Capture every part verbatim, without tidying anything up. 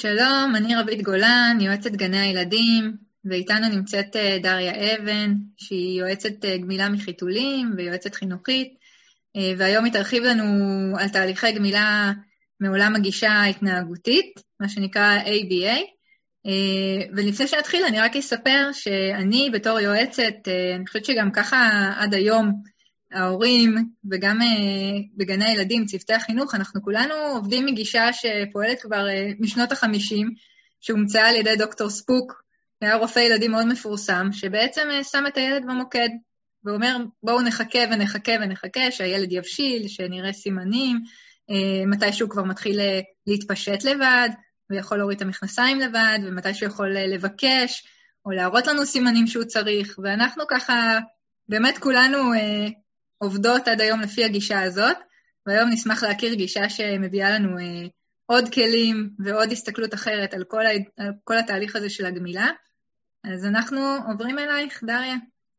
שלום, אני רבית גולן, יועצת גני הילדים, ואיתנו נמצאת דריה אבן, שהיא יועצת גמילה מחיתולים ויועצת חינוכית, והיום היא תרחיב לנו על תהליכי גמילה מעולם הגישה ההתנהגותית, מה שנקרא איי בי איי, ולפני שנתחיל אני רק אספר שאני בתור יועצת, אני חושבת שגם ככה עד היום, ההורים וגם בגני הילדים, צוותי החינוך, אנחנו כולנו עובדים מגישה שפועלת כבר משנות החמישים, שהומצאה על ידי דוקטור ספוק, היה רופא ילדים מאוד מפורסם, שבעצם שם את הילד במוקד, ואומר בואו נחכה ונחכה ונחכה, שהילד יבשיל, שנראה סימנים, מתי שהוא כבר מתחיל להתפשט לבד, ויכול להוריד את המכנסיים לבד, ומתי שהוא יכול לבקש, או להראות לנו סימנים שהוא צריך, ואנחנו ככה, באמת כולנו עובדות עד היום לפי הגישה הזאת, והיום נשמח להכיר גישה שמביאה לנו אה, עוד כלים ועוד הסתכלות אחרת על כל, ה, על כל התהליך הזה של הגמילה. אז אנחנו עוברים אלייך, דריה.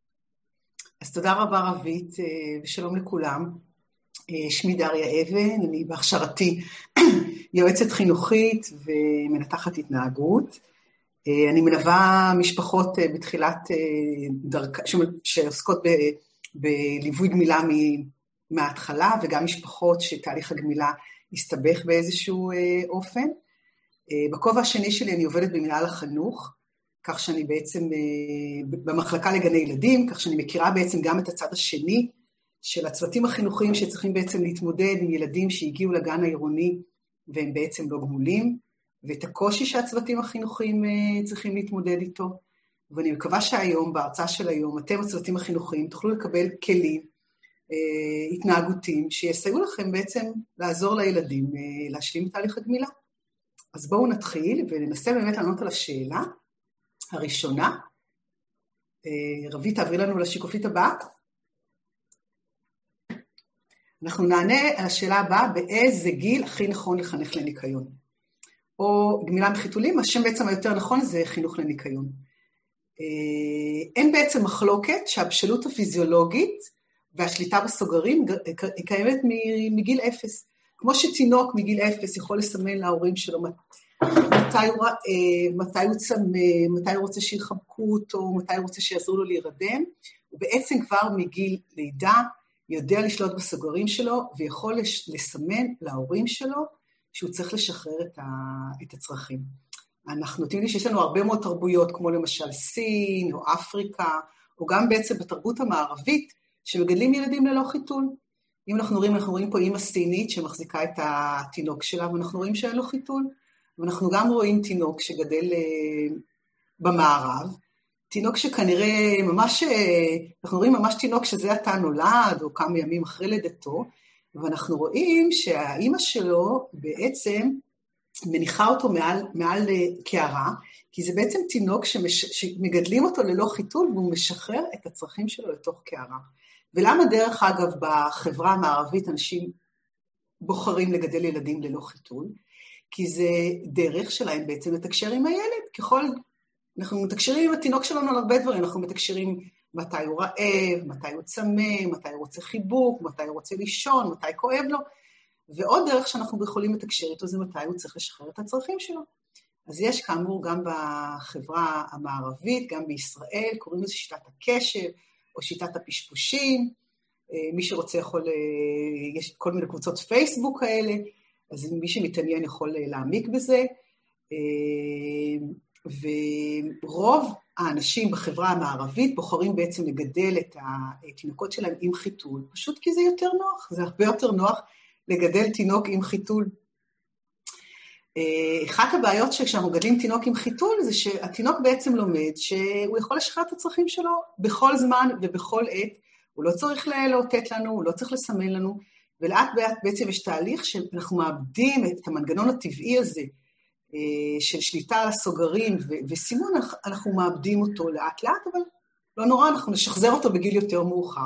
אז תודה רבה רבית, ושלום לכולם. שמי דריה אבן, אני בהכשרתי יועצת חינוכית ומנתחת התנהגות. אני מלווה משפחות בתחילת דרכה, שעוסקות ב... בליווי גמילה מההתחלה, וגם משפחות שתהליך הגמילה הסתבך באיזשהו אופן. בכובע השני שלי אני עובדת במנהל החינוך, כך שאני בעצם במחלקה לגני ילדים, כך שאני מכירה בעצם גם את הצד השני של הצוותים החינוכיים שצריכים בעצם להתמודד עם ילדים שהגיעו לגן העירוני והם בעצם לא גמולים, ואת הקושי שהצוותים החינוכיים צריכים להתמודד איתו. ואני מקווה שהיום, בהרצאה של היום, אתם הצוותים החינוכיים תוכלו לקבל כלים אה, התנהגותיים שיסייעו לכם בעצם לעזור לילדים אה, להשלים את תהליך הגמילה. אז בואו נתחיל וננסה באמת לענות על השאלה הראשונה. אה, רבית, תעברי לנו לשיקופית הבאה. אנחנו נענה על השאלה הבאה, באיזה גיל הכי נכון לחנך לניקיון. או גמילה מחיתולים, השם בעצם היותר נכון זה חינוך לניקיון. אין בעצם מחלוקת שהבשלות הפיזיולוגית והשליטה בסוגרים היא קיימת מגיל אפס. כמו שתינוק מגיל אפס יכול לסמן להורים שלו מתי הוא רעב, מתי הוא צמא, מתי הוא רוצה שיחבקו אותו, מתי הוא רוצה שיעזרו לו להירדם, הוא בעצם כבר מגיל לידה יודע לשלוט בסוגרים שלו ויכול לסמן להורים שלו שהוא צריך לשחרר את הצרכים. אנחנו יודעים שיש לנו הרבה מאוד תרבויות, כמו למשל סין או אפריקה, או גם בעצם בתרבות המערבית, שמגדלים ילדים ללא חיתול. אם אנחנו רואים, אנחנו רואים פה אימא סינית שמחזיקה את התינוק שלה, ואנחנו רואים שאין לו חיתול. ואנחנו גם רואים תינוק שגדל במערב, תינוק שכנראה ממש, אנחנו רואים ממש תינוק שזה עתה נולד, או כמה ימים אחרי לידתו, ואנחנו רואים שהאימא שלו בעצם, מניחה אותו מעל, מעל קערה, כי זה בעצם תינוק שמש, שמגדלים אותו ללא חיתול, והוא משחרר את הצרכים שלו לתוך קערה. ולמה דרך אגב בחברה המערבית אנשים בוחרים לגדל ילדים ללא חיתול? כי זה דרך שלהם בעצם לתקשר עם הילד. ככל, אנחנו מתקשרים עם התינוק שלנו על הרבה דברים, אנחנו מתקשרים מתי הוא רעב, מתי הוא צמא, מתי הוא רוצה חיבוק, מתי הוא רוצה לישון, מתי כואב לו, ועוד דרך שאנחנו יכולים לתקשר איתו זה מתי הוא צריך לשחרר את הצרכים שלו. אז יש כאמור גם בחברה המערבית, גם בישראל, קוראים לזה שיטת הקשב, או שיטת הפשפושים, מי שרוצה יכול, יש כל מיני קבוצות פייסבוק כאלה, אז מי שמתעניין יכול להעמיק בזה, ורוב האנשים בחברה המערבית בוחרים בעצם לגדל את התינוקות שלהם עם חיתול, פשוט כי זה יותר נוח, זה הרבה יותר נוח, לגדל תינוק עם חיתול. אחת הבעיות שכשאנחנו גדלים תינוק עם חיתול, זה שהתינוק בעצם לומד שהוא יכול לשחרר את הצרכים שלו בכל זמן ובכל עת, הוא לא צריך לאותת לנו, הוא לא צריך לסמן לנו, ולאט לאט בעצם יש תהליך שאנחנו מאבדים את המנגנון הטבעי הזה, של שליטה על הסוגרים וסימון, אנחנו מאבדים אותו לאט לאט, אבל לא נורא, אנחנו נשחזר אותו בגיל יותר מאוחר.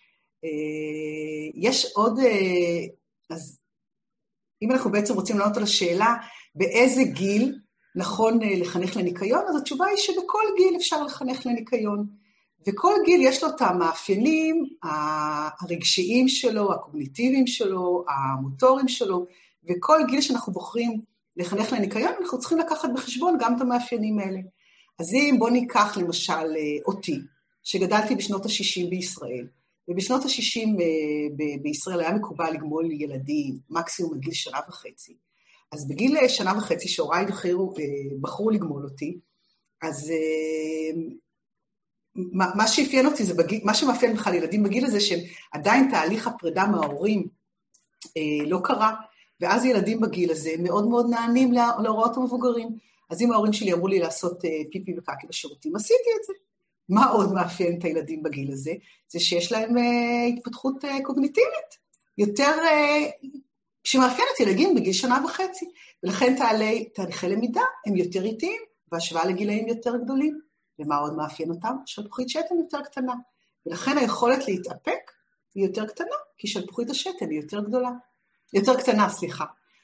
יש עוד... אז אם אנחנו בעצם רוצים לענות על השאלה, באיזה גיל נכון לחנך לניקיון, אז התשובה היא שבכל גיל אפשר לחנך לניקיון. וכל גיל יש לו את המאפיינים הרגשיים שלו, הקוגניטיביים שלו, המוטוריים שלו, וכל גיל שאנחנו בוחרים לחנך לניקיון, אנחנו צריכים לקחת בחשבון גם את המאפיינים האלה. אז אם בוא ניקח למשל אותי, שגדלתי בשנות ה-שישים בישראל, ובשנות ה-שישים ב- בישראל היה מקובל לגמול ילדים, מקסימום בגיל שנה וחצי. אז בגיל שנה וחצי שהוריי בחרו, בחרו לגמול אותי, אז מה, מה שאפיין אותי זה, בגיל, מה שמאפיין בכלל ילדים בגיל הזה, שעדיין תהליך הפרידה מההורים לא קרה, ואז ילדים בגיל הזה מאוד מאוד נענים להוראות המבוגרים. אז אם ההורים שלי אמרו לי לעשות פיפי וקקי בשירותים, עשיתי את זה. מה עוד מאפיין את הילדים בגיל הזה? זה שיש להם uh, התפתחות uh, קוגניטיבית, יותר, uh, שמאפיינת ילדים בגיל שנה וחצי, ולכן תעלי, תהליכי למידה הם יותר איטיים, בהשוואה לגילאים יותר גדולים. ומה עוד מאפיין אותם? שלפוחית שתן יותר קטנה, ולכן היכולת להתאפק היא יותר קטנה, כי שלפוחית השתן היא יותר גדולה, יותר קטנה, סליחה.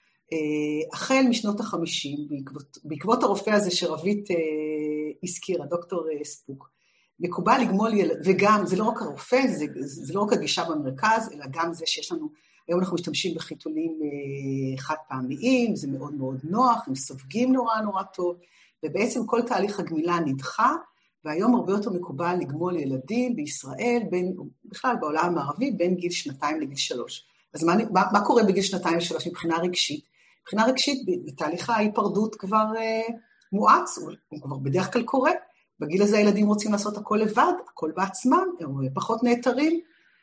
החל משנות החמישים, בעקבות, בעקבות הרופא הזה שרבית אה, הזכירה, דוקטור אה, ספוק, מקובל לגמול ילד, וגם, זה לא רק הרופא, זה, זה לא רק הגישה במרכז, אלא גם זה שיש לנו, היום אנחנו משתמשים בחיתולים אה, חד פעמיים, זה מאוד מאוד נוח, הם סופגים נורא נורא טוב, ובעצם כל תהליך הגמילה נדחה, והיום הרבה יותר מקובל לגמול ילדים בישראל, בין, בכלל בעולם המערבי, בין גיל שנתיים לגיל שלוש. אז מה, מה, מה קורה בגיל שנתיים ושלוש מבחינה רגשית? מבחינה רגשית, בתהליך ההיפרדות כבר אה, מואץ, הוא, הוא כבר בדרך כלל קורה. בגיל הזה הילדים רוצים לעשות הכל לבד, הכל בעצמם, הם פחות נעתרים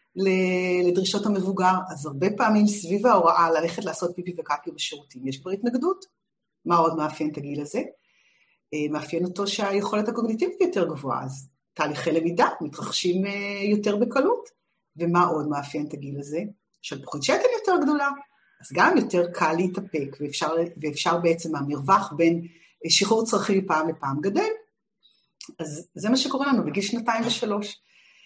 לדרישות המבוגר, אז הרבה פעמים סביב ההוראה ללכת לעשות פיפי וקקי בשירותים, יש כבר התנגדות. מה עוד מאפיין את הגיל הזה? אה, מאפיין אותו שהיכולת הקוגניטיבית יותר גבוהה, אז תהליכי למידה מתרחשים אה, יותר בקלות, ומה עוד מאפיין את הגיל הזה? שלפוחית שתן יותר גדולה, אז גם יותר קל להתאפק, ואפשר, ואפשר בעצם המרווח בין שחרור צרכים פעם לפעם גדל, אז זה מה שקורה לנו בגיל שנתיים ושלוש.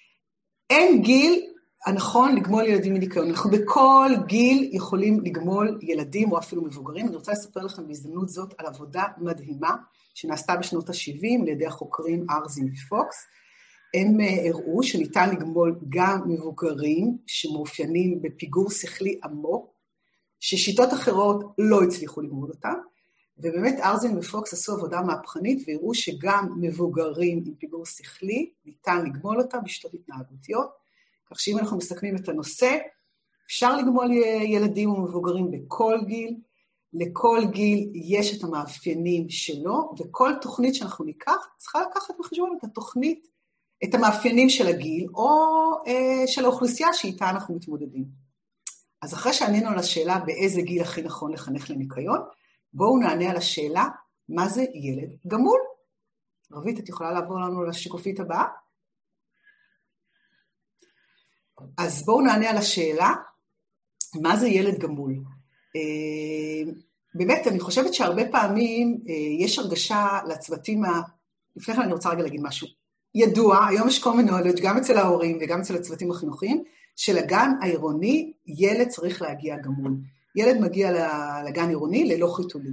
אין גיל הנכון לגמול ילדים מניקיון, אנחנו בכל גיל יכולים לגמול ילדים או אפילו מבוגרים. אני רוצה לספר לכם בהזדמנות זאת על עבודה מדהימה, שנעשתה בשנות ה-שבעים על ידי החוקרים ארזין ופוקס, הם הראו שניתן לגמול גם מבוגרים שמאופיינים בפיגור שכלי עמוק, ששיטות אחרות לא הצליחו לגמול אותם, ובאמת ארזין ופוקס עשו עבודה מהפכנית, והראו שגם מבוגרים עם פיגור שכלי, ניתן לגמול אותם בשיטות התנהגותיות, כך שאם אנחנו מסכמים את הנושא, אפשר לגמול ילדים ומבוגרים בכל גיל, לכל גיל יש את המאפיינים שלו, וכל תוכנית שאנחנו ניקח, צריכה לקחת בחשבון את התוכנית, את המאפיינים של הגיל, או אה, של האוכלוסייה שאיתה אנחנו מתמודדים. אז אחרי שענינו על השאלה באיזה גיל הכי נכון לחנך לניקיון, בואו נענה על השאלה, מה זה ילד גמול? רבית, את יכולה לעבור לנו לשקופית הבאה? אז בואו נענה על השאלה, מה זה ילד גמול? אה, באמת, אני חושבת שהרבה פעמים אה, יש הרגשה לצוותים, ה... לפני כן אני רוצה רגע להגיד משהו, ידוע, היום יש common knowledge, גם אצל ההורים וגם אצל הצוותים החינוכיים, שלגן העירוני ילד צריך להגיע גמול. ילד מגיע לגן עירוני ללא חיתולים.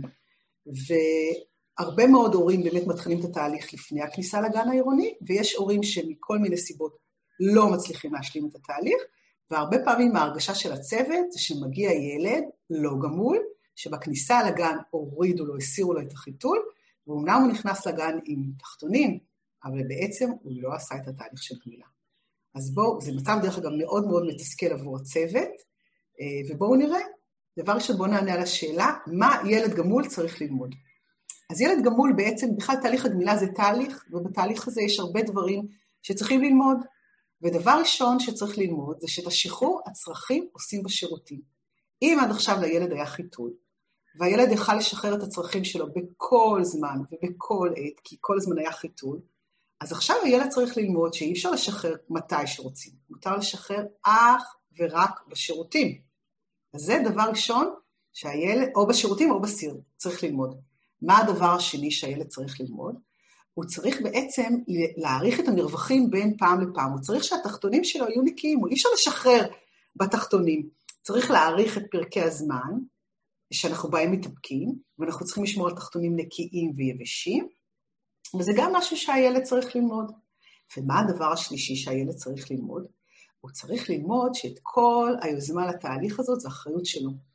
והרבה מאוד הורים באמת מתחילים את התהליך לפני הכניסה לגן העירוני, ויש הורים שמכל מיני סיבות לא מצליחים להשלים את התהליך, והרבה פעמים ההרגשה של הצוות זה שמגיע ילד לא גמול, שבכניסה לגן הורידו לו, הסירו לו את החיתול, ואומנם הוא נכנס לגן עם תחתונים, אבל בעצם הוא לא עשה את התהליך של גמילה. אז בואו, זה מצב דרך אגב מאוד מאוד מתסכל עבור הצוות, ובואו נראה, דבר ראשון בואו נענה על השאלה, מה ילד גמול צריך ללמוד. אז ילד גמול בעצם, בכלל תהליך הגמילה זה תהליך, ובתהליך הזה יש הרבה דברים שצריכים ללמוד, ודבר ראשון שצריך ללמוד, זה שאת השחרור הצרכים עושים בשירותים. אם עד עכשיו לילד היה חיתול, והילד יכל לשחרר את הצרכים שלו בכל זמן ובכל עת, כי כל הזמן היה חיתול, אז עכשיו הילד צריך ללמוד שאי אפשר לשחרר מתי שרוצים, מותר לשחרר אך ורק בשירותים. אז זה דבר ראשון שהילד, או בשירותים או בסיר, צריך ללמוד. מה הדבר השני שהילד צריך ללמוד? הוא צריך בעצם להעריך את המרווחים בין פעם לפעם, הוא צריך שהתחתונים שלו יהיו נקיים, אי אפשר לשחרר בתחתונים, צריך להעריך את פרקי הזמן, שאנחנו בהם מתאפקים, ואנחנו צריכים לשמור על תחתונים נקיים ויבשים, וזה גם משהו שהילד צריך ללמוד. ומה הדבר השלישי שהילד צריך ללמוד? הוא צריך ללמוד שאת כל היוזמה לתהליך הזאת זה אחריות שלו.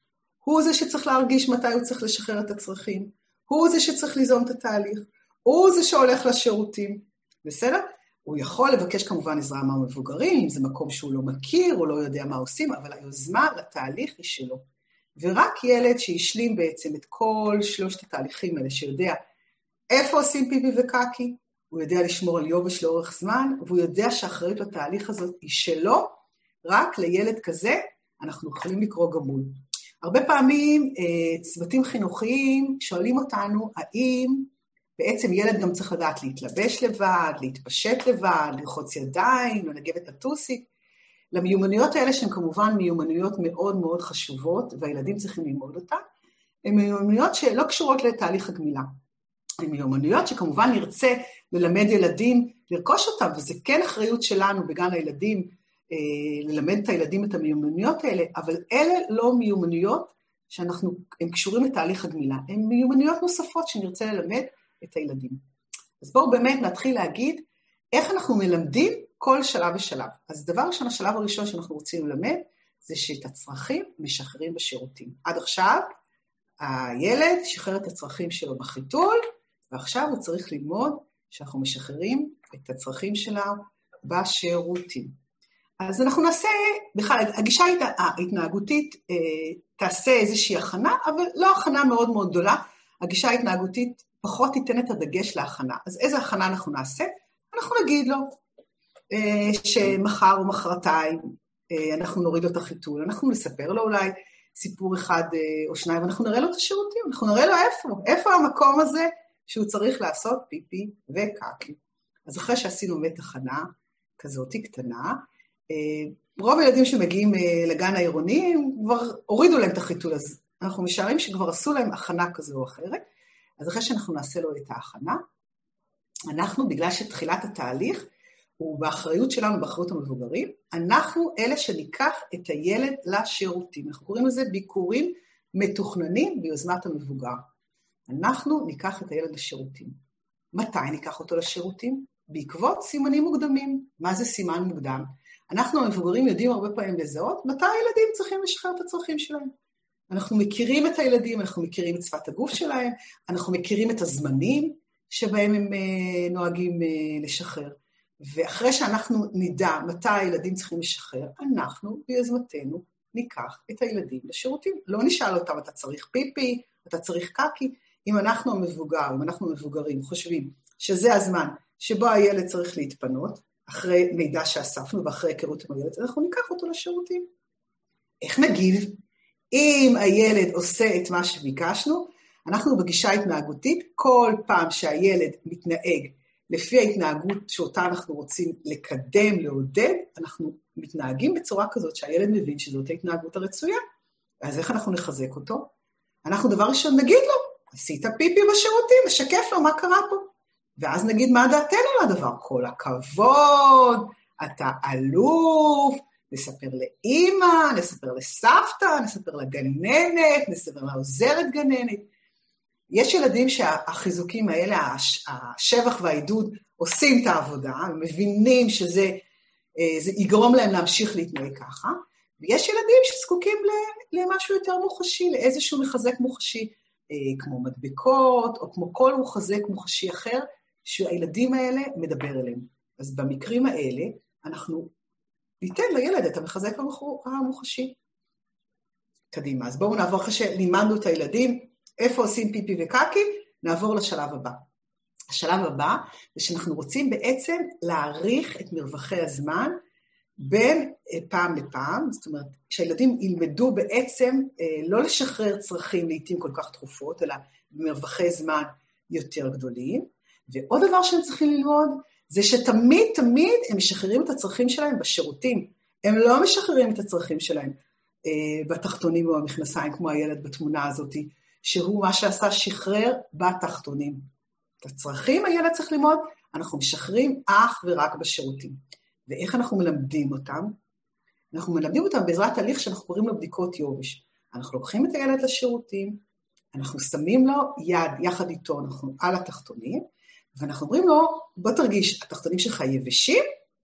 הוא זה שצריך להרגיש מתי הוא צריך לשחרר את הצרכים, הוא זה שצריך ליזום את התהליך, הוא זה שהולך לשירותים, בסדר? הוא יכול לבקש כמובן עזרה מהמבוגרים, אם זה מקום שהוא לא מכיר, הוא לא יודע מה עושים, אבל היוזמה לתהליך היא שלו. ורק ילד שישלים בעצם את כל שלושת התהליכים האלה, שיודע איפה עושים פיפי וקקי, הוא יודע לשמור על יובש לאורך זמן, והוא יודע שהאחריות לתהליך הזאת היא שלו, רק לילד כזה אנחנו יכולים לקרוא גמול. הרבה פעמים צוותים חינוכיים שואלים אותנו, האם בעצם ילד גם צריך לדעת להתלבש לבד, להתפשט לבד, ללחוץ ידיים, לנגב את הטוסיק. למיומנויות האלה שהן כמובן מיומנויות מאוד מאוד חשובות, והילדים צריכים ללמוד אותה, הן מיומנויות שלא קשורות לתהליך הגמילה. הן מיומנויות שכמובן נרצה ללמד ילדים לרכוש אותם, וזה כן אחריות שלנו בגן הילדים, ללמד את הילדים את המיומנויות האלה, אבל אלה לא מיומנויות שאנחנו, הן קשורים לתהליך הגמילה, הן מיומנויות נוספות שנרצה ללמד את הילדים. אז בואו באמת נתחיל להגיד איך אנחנו מלמדים כל שלב ושלב. אז דבר ראשון, השלב הראשון שאנחנו רוצים ללמד, זה שאת הצרכים משחררים בשירותים. עד עכשיו, הילד שחרר את הצרכים שלו בחיתול, ועכשיו הוא צריך ללמוד שאנחנו משחררים את הצרכים שלה בשירותים. אז אנחנו נעשה, בכלל, הגישה ההתנהגותית תעשה איזושהי הכנה, אבל לא הכנה מאוד מאוד גדולה. הגישה ההתנהגותית פחות תיתן את הדגש להכנה. אז איזה הכנה אנחנו נעשה? אנחנו נגיד לו שמחר או מחרתיים אנחנו נוריד לו את החיתול, אנחנו נספר לו אולי סיפור אחד או שניים, ואנחנו נראה לו את השירותים, אנחנו נראה לו איפה, איפה המקום הזה שהוא צריך לעשות פיפי וקקי. אז אחרי שעשינו באמת הכנה כזאת קטנה, רוב הילדים שמגיעים לגן העירוני, כבר הורידו להם את החיתול, אז אנחנו משערים שכבר עשו להם הכנה כזו או אחרת, אז אחרי שאנחנו נעשה לו את ההכנה, אנחנו, בגלל שתחילת התהליך, הוא באחריות שלנו, באחריות המבוגרים, אנחנו אלה שניקח את הילד לשירותים. אנחנו קוראים לזה ביקורים מתוכננים ביוזמת המבוגר. אנחנו ניקח את הילד לשירותים. מתי ניקח אותו לשירותים? בעקבות סימנים מוקדמים. מה זה סימן מוקדם? אנחנו המבוגרים יודעים הרבה פעמים לזהות, מתי הילדים צריכים לשחרר את הצרכים שלהם. אנחנו מכירים את הילדים, אנחנו מכירים את שפת הגוף שלהם, אנחנו מכירים את הזמנים שבהם הם נוהגים לשחרר. ואחרי שאנחנו נדע מתי הילדים צריכים לשחרר, אנחנו ביוזמתנו ניקח את הילדים לשירותים. לא נשאל אותם, אתה צריך פיפי, אתה צריך קקי. אם אנחנו המבוגר, אם אנחנו מבוגרים, חושבים שזה הזמן שבו הילד צריך להתפנות, אחרי מידע שאספנו ואחרי היכרות עם הילד, אנחנו ניקח אותו לשירותים. איך נגיב? אם הילד עושה את מה שביקשנו, אנחנו בגישה התנהגותית, כל פעם שהילד מתנהג לפי ההתנהגות שאותה אנחנו רוצים לקדם, לעודד, אנחנו מתנהגים בצורה כזאת שהילד מבין שזאת ההתנהגות הרצויה. אז איך אנחנו נחזק אותו? אנחנו דבר ראשון נגיד לו, עשית פיפי בשירותים, נשקף לו מה קרה פה. ואז נגיד מה דעתנו על הדבר, כל הכבוד, אתה אלוף, נספר לאמא, נספר לסבתא, נספר לגננת, נספר לעוזרת גננת. יש ילדים שהחיזוקים האלה, השבח והעידוד, עושים את העבודה, הם מבינים שזה זה יגרום להם להמשיך להתנהג ככה, ויש ילדים שזקוקים למשהו יותר מוחשי, לאיזשהו מחזק מוחשי, כמו מדבקות, או כמו כל מחזק מוחשי אחר, שהילדים האלה מדבר אליהם. אז במקרים האלה, אנחנו ניתן לילד את המחזק המוחשי. קדימה, אז בואו נעבור אחרי שלימדנו את הילדים, איפה עושים פיפי וקקי, נעבור לשלב הבא. השלב הבא זה שאנחנו רוצים בעצם להעריך את מרווחי הזמן בין פעם לפעם, זאת אומרת, שהילדים ילמדו בעצם לא לשחרר צרכים לעתים כל כך תכופות, אלא במרווחי זמן יותר גדולים. ועוד דבר שהם צריכים ללמוד, זה שתמיד תמיד הם משחררים את הצרכים שלהם בשירותים. הם לא משחררים את הצרכים שלהם בתחתונים או במכנסיים, כמו הילד בתמונה הזאת, שהוא מה שעשה שחרר בתחתונים. את הצרכים הילד צריך ללמוד, אנחנו משחררים אך ורק בשירותים. ואיך אנחנו מלמדים אותם? אנחנו מלמדים אותם בעזרת תהליך שאנחנו קוראים לו בדיקות יובש. אנחנו לוקחים את הילד לשירותים, אנחנו שמים לו יד יחד איתו, אנחנו על התחתונים, ואנחנו אומרים לו, בוא תרגיש, התחתונים שלך יבשים,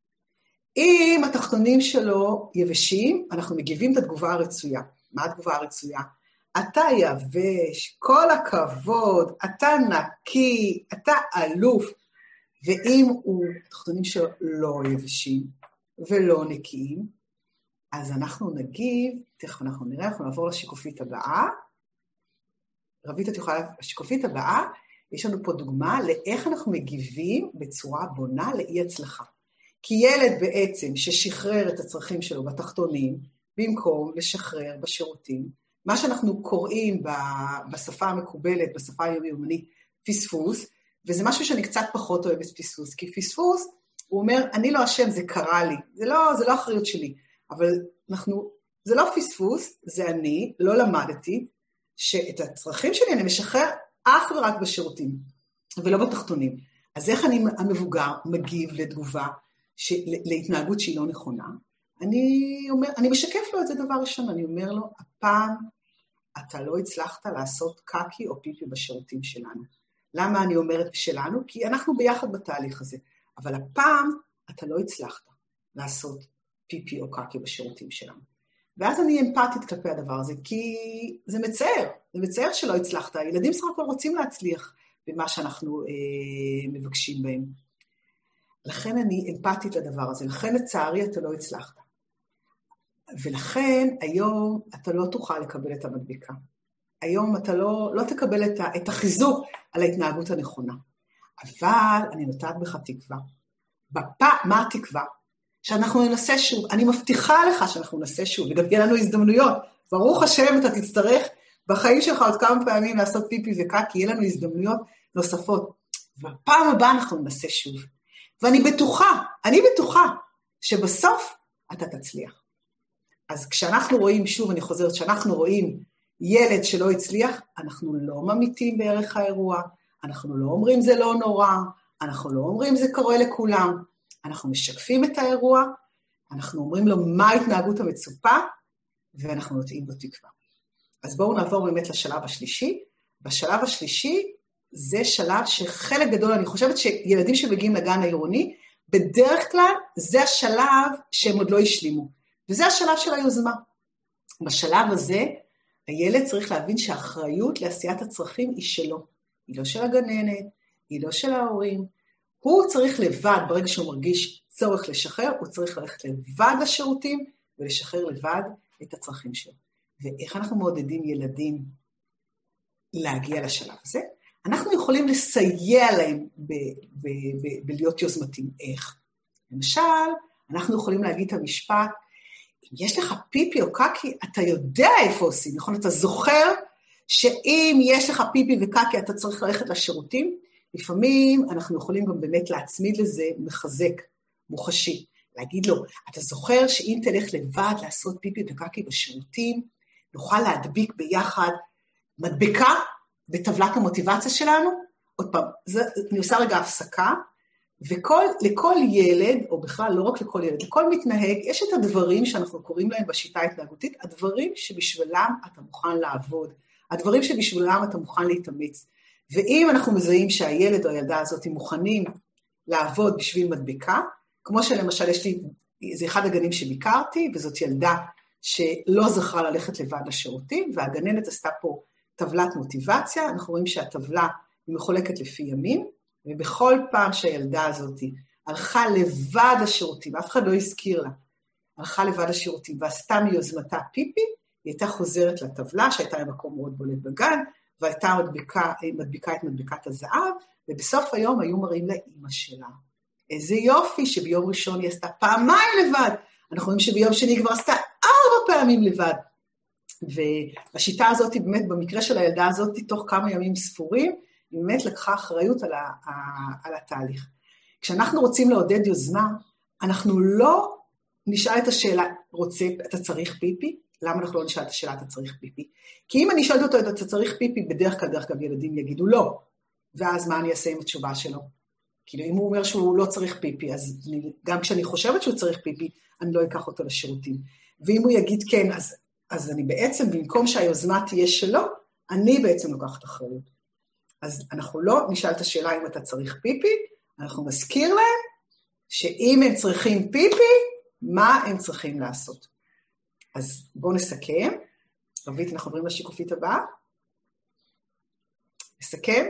אם התחתונים שלו יבשים, אנחנו מגיבים את התגובה הרצויה. מה התגובה הרצויה? אתה יבש, כל הכבוד, אתה נקי, אתה אלוף, ואם הוא תחתונים שלו לא יבשים ולא נקיים, אז אנחנו נגיב, תכף אנחנו נראה, אנחנו נעבור לשיקופית הבאה. רבית, את יכולה, השיקופית הבאה, יש לנו פה דוגמה לאיך אנחנו מגיבים בצורה בונה לאי הצלחה. כי ילד בעצם ששחרר את הצרכים שלו בתחתונים, במקום לשחרר בשירותים, מה שאנחנו קוראים בשפה המקובלת, בשפה היומיומנית, פספוס, וזה משהו שאני קצת פחות אוהבת פספוס, כי פספוס, הוא אומר, אני לא אשם, זה קרה לי, זה לא, זה לא אחריות שלי, אבל אנחנו, זה לא פספוס, זה אני, לא למדתי, שאת הצרכים שלי אני משחרר אך ורק בשירותים, ולא בתחתונים. אז איך אני המבוגר מגיב לתגובה, להתנהגות שהיא לא נכונה? אני אומר, אני משקף לו את זה דבר ראשון, אני אומר לו, הפעם אתה לא הצלחת לעשות קקי או פיפי בשירותים שלנו. למה אני אומרת שלנו? כי אנחנו ביחד בתהליך הזה, אבל הפעם אתה לא הצלחת לעשות פיפי או קקי בשירותים שלנו. ואז אני אמפתית כלפי הדבר הזה, כי זה מצער, זה מצער שלא הצלחת. הילדים סך הכל רוצים להצליח במה שאנחנו אה, מבקשים בהם. לכן אני אמפתית לדבר הזה, לכן לצערי אתה לא הצלחת. ולכן היום אתה לא תוכל לקבל את המדבקה. היום אתה לא, לא תקבל את, ה, את החיזוק על ההתנהגות הנכונה. אבל אני נותנת בך תקווה. בפע, מה התקווה? שאנחנו ננסה שוב. אני מבטיחה לך שאנחנו ננסה שוב, וגם תהיה לנו הזדמנויות. ברוך השם, אתה תצטרך בחיים שלך עוד כמה פעמים לעשות פיפי וקקי, יהיה לנו הזדמנויות נוספות. ובפעם הבאה אנחנו ננסה שוב. ואני בטוחה, אני בטוחה, שבסוף אתה תצליח. אז כשאנחנו רואים, שוב אני חוזרת, כשאנחנו רואים ילד שלא הצליח, אנחנו לא ממיתים בערך האירוע, אנחנו לא אומרים זה לא נורא, אנחנו לא אומרים זה קורה לכולם, אנחנו משקפים את האירוע, אנחנו אומרים לו מה ההתנהגות המצופה, ואנחנו נותנים לו תקווה. אז בואו נעבור באמת לשלב השלישי. בשלב השלישי, זה שלב שחלק גדול, אני חושבת שילדים שמגיעים לגן העירוני, בדרך כלל זה השלב שהם עוד לא השלימו, וזה השלב של היוזמה. בשלב הזה, הילד צריך להבין שהאחריות לעשיית הצרכים היא שלו, היא לא של הגננת, היא לא של ההורים, הוא צריך לבד, ברגע שהוא מרגיש צורך לשחרר, הוא צריך ללכת לבד לשירותים, ולשחרר לבד את הצרכים שלו. ואיך אנחנו מעודדים ילדים להגיע לשלב הזה? אנחנו יכולים לסייע להם ב- ב- ב- בלהיות יוזמתים. איך? למשל, אנחנו יכולים להגיד את המשפט, אם יש לך פיפי או קקי, אתה יודע איפה עושים, נכון? אתה זוכר שאם יש לך פיפי וקקי, אתה צריך ללכת לשירותים, לפעמים אנחנו יכולים גם באמת להצמיד לזה מחזק, מוחשי, להגיד לו, אתה זוכר שאם תלך לבד לעשות פיפי וקקי בשירותים, נוכל להדביק ביחד מדבקה בטבלת המוטיבציה שלנו? עוד פעם, זה, אני עושה רגע הפסקה, ולכל ילד, או בכלל לא רק לכל ילד, לכל מתנהג, יש את הדברים שאנחנו קוראים להם בשיטה ההתנהגותית, הדברים שבשבילם אתה מוכן לעבוד, הדברים שבשבילם אתה מוכן להתאמץ. ואם אנחנו מזהים שהילד או הילדה הזאת מוכנים לעבוד בשביל מדבקה, כמו שלמשל יש לי, זה אחד הגנים שביקרתי, וזאת ילדה שלא זכרה ללכת לבד לשירותים, והגננת עשתה פה טבלת מוטיבציה, אנחנו רואים שהטבלה היא מחולקת לפי ימים, ובכל פעם שהילדה הזאת הלכה לבד לשירותים, אף אחד לא הזכיר לה, הלכה לבד לשירותים, ועשתה מיוזמתה פיפי, היא הייתה חוזרת לטבלה, שהייתה למקום מאוד בולט בגן, והייתה מדביקה, מדביקה את מדביקת הזהב, ובסוף היום היו מראים לה אמא שלה. איזה יופי שביום ראשון היא עשתה פעמיים לבד, אנחנו רואים שביום שני כבר עשתה ארבע פעמים לבד, והשיטה הזאת, באמת במקרה של הילדה הזאת, תוך כמה ימים ספורים, היא באמת לקחה אחריות על, ה, על התהליך. כשאנחנו רוצים לעודד יוזמה, אנחנו לא נשאל את השאלה, רוצה, אתה צריך פיפי? למה אנחנו לא נשאל את השאלה, אתה צריך פיפי? כי אם אני שואלת אותו, אתה צריך פיפי, בדרך כלל, דרך כלל ילדים יגידו לא, ואז מה אני אעשה עם התשובה שלו? כאילו אם הוא אומר שהוא לא צריך פיפי, אז אני, גם כשאני חושבת שהוא צריך פיפי, אני לא אקח אותו לשירותים. ואם הוא יגיד כן, אז, אז אני בעצם, במקום שהיוזמה תהיה שלו, אני בעצם לוקחת אחריות. אז אנחנו לא נשאל את השאלה אם אתה צריך פיפי, אנחנו נזכיר להם שאם הם צריכים פיפי, מה הם צריכים לעשות. אז בואו נסכם. רבית, אנחנו עוברים לשיקופית הבאה. נסכם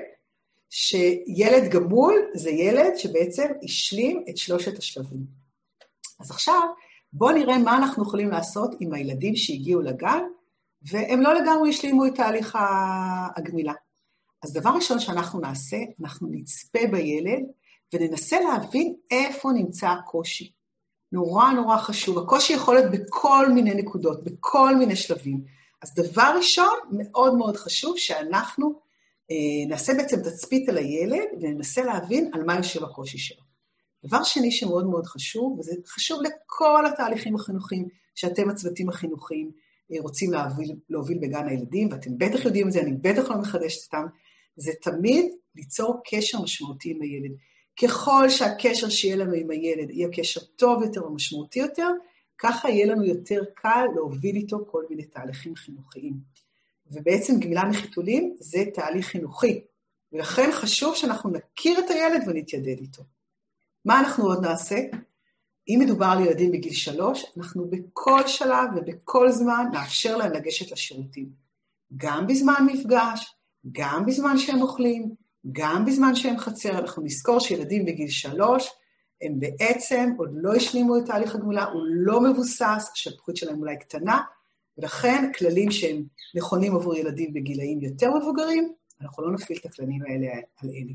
שילד גמול זה ילד שבעצם השלים את שלושת השלבים. אז עכשיו בואו נראה מה אנחנו יכולים לעשות עם הילדים שהגיעו לגן, והם לא לגמרי השלימו את תהליך הגמילה. אז דבר ראשון שאנחנו נעשה, אנחנו נצפה בילד, וננסה להבין איפה נמצא הקושי. נורא נורא חשוב, הקושי יכול להיות בכל מיני נקודות, בכל מיני שלבים. אז דבר ראשון, מאוד מאוד חשוב שאנחנו אה, נעשה בעצם תצפית על הילד, וננסה להבין על מה יושב הקושי שלו. דבר שני שמאוד מאוד חשוב, וזה חשוב לכל התהליכים החינוכיים, שאתם הצוותים החינוכיים אה, רוצים להוביל, להוביל בגן הילדים, ואתם בטח יודעים את זה, אני בטח לא מחדשת אותם, זה תמיד ליצור קשר משמעותי עם הילד. ככל שהקשר שיהיה לנו עם הילד יהיה קשר טוב יותר ומשמעותי יותר, ככה יהיה לנו יותר קל להוביל איתו כל מיני תהליכים חינוכיים. ובעצם גמילה מחיתולים זה תהליך חינוכי, ולכן חשוב שאנחנו נכיר את הילד ונתיידד איתו. מה אנחנו עוד נעשה? אם מדובר על ילדים בגיל שלוש, אנחנו בכל שלב ובכל זמן נאפשר להם לגשת לשירותים. גם בזמן מפגש, גם בזמן שהם אוכלים, גם בזמן שהם חצר. אנחנו נזכור שילדים בגיל שלוש, הם בעצם עוד לא השלימו את תהליך הגמילה, הוא לא מבוסס, השפכות שלהם אולי קטנה, ולכן כללים שהם נכונים עבור ילדים בגילאים יותר מבוגרים, אנחנו לא נפעיל את הכללים האלה על אלה.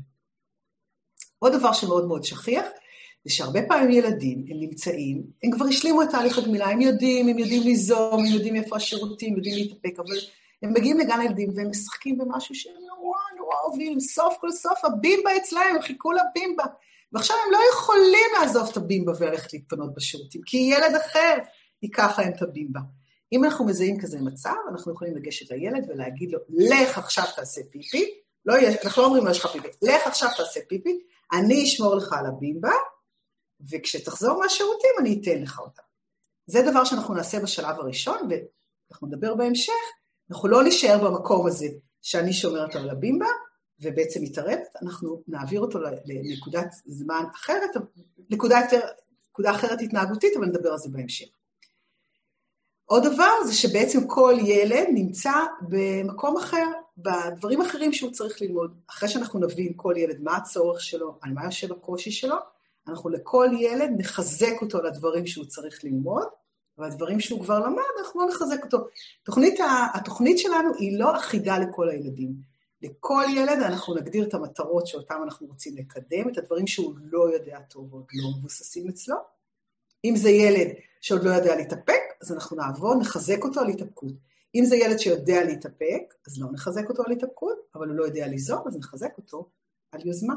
עוד דבר שמאוד מאוד שכיח, זה שהרבה פעמים ילדים, הם נמצאים, הם כבר השלימו את תהליך הגמילה, הם יודעים, הם יודעים ליזום, הם יודעים איפה השירותים, יודעים להתאפק, אבל הם מגיעים לגן הילדים והם משחקים במשהו שהם נורא נורא אוהבים, סוף כל סוף הבימבה אצלהם, הם חיכו לבימבה, ועכשיו הם לא יכולים לעזוב את הבימבה וללכת להתפנות בשירותים, כי ילד אחר ייקח להם את הבימבה. אם אנחנו מזהים כזה מצב, אנחנו יכולים לגשת לילד ולהגיד לו, לך עכשיו תעשה פיפי, לא, אנחנו לא אומרים לו, יש לך פיפי, לך עכשיו תעשה פיפי, אני אשמור לך על הבימבה, וכשתחזור מהשירותים אני אתן לך אותה. זה דבר שאנחנו נעשה בשלב הראשון, ואנחנו נדבר בהמשך, אנחנו לא נשאר במקום הזה שאני שומרת על הבימבה, ובעצם מתערבת, אנחנו נעביר אותו לנקודת זמן אחרת, נקודה, יותר, נקודה אחרת התנהגותית, אבל נדבר על זה בהמשך. עוד דבר זה שבעצם כל ילד נמצא במקום אחר, בדברים אחרים שהוא צריך ללמוד. אחרי שאנחנו נבין כל ילד מה הצורך שלו, על מה יושב הקושי שלו, אנחנו לכל ילד נחזק אותו על הדברים שהוא צריך ללמוד, והדברים שהוא כבר למד, אנחנו לא נחזק אותו. תוכנית, התוכנית שלנו היא לא אחידה לכל הילדים. לכל ילד אנחנו נגדיר את המטרות שאותם אנחנו רוצים לקדם, את הדברים שהוא לא יודע טוב, עוד לא מבוססים אצלו. אם זה ילד שעוד לא יודע להתאפק, אז אנחנו נעבוד, נחזק אותו על התאפקות. אם זה ילד שיודע להתאפק, אז לא נחזק אותו על התאפקות, אבל הוא לא יודע ליזום, אז נחזק אותו על יוזמה.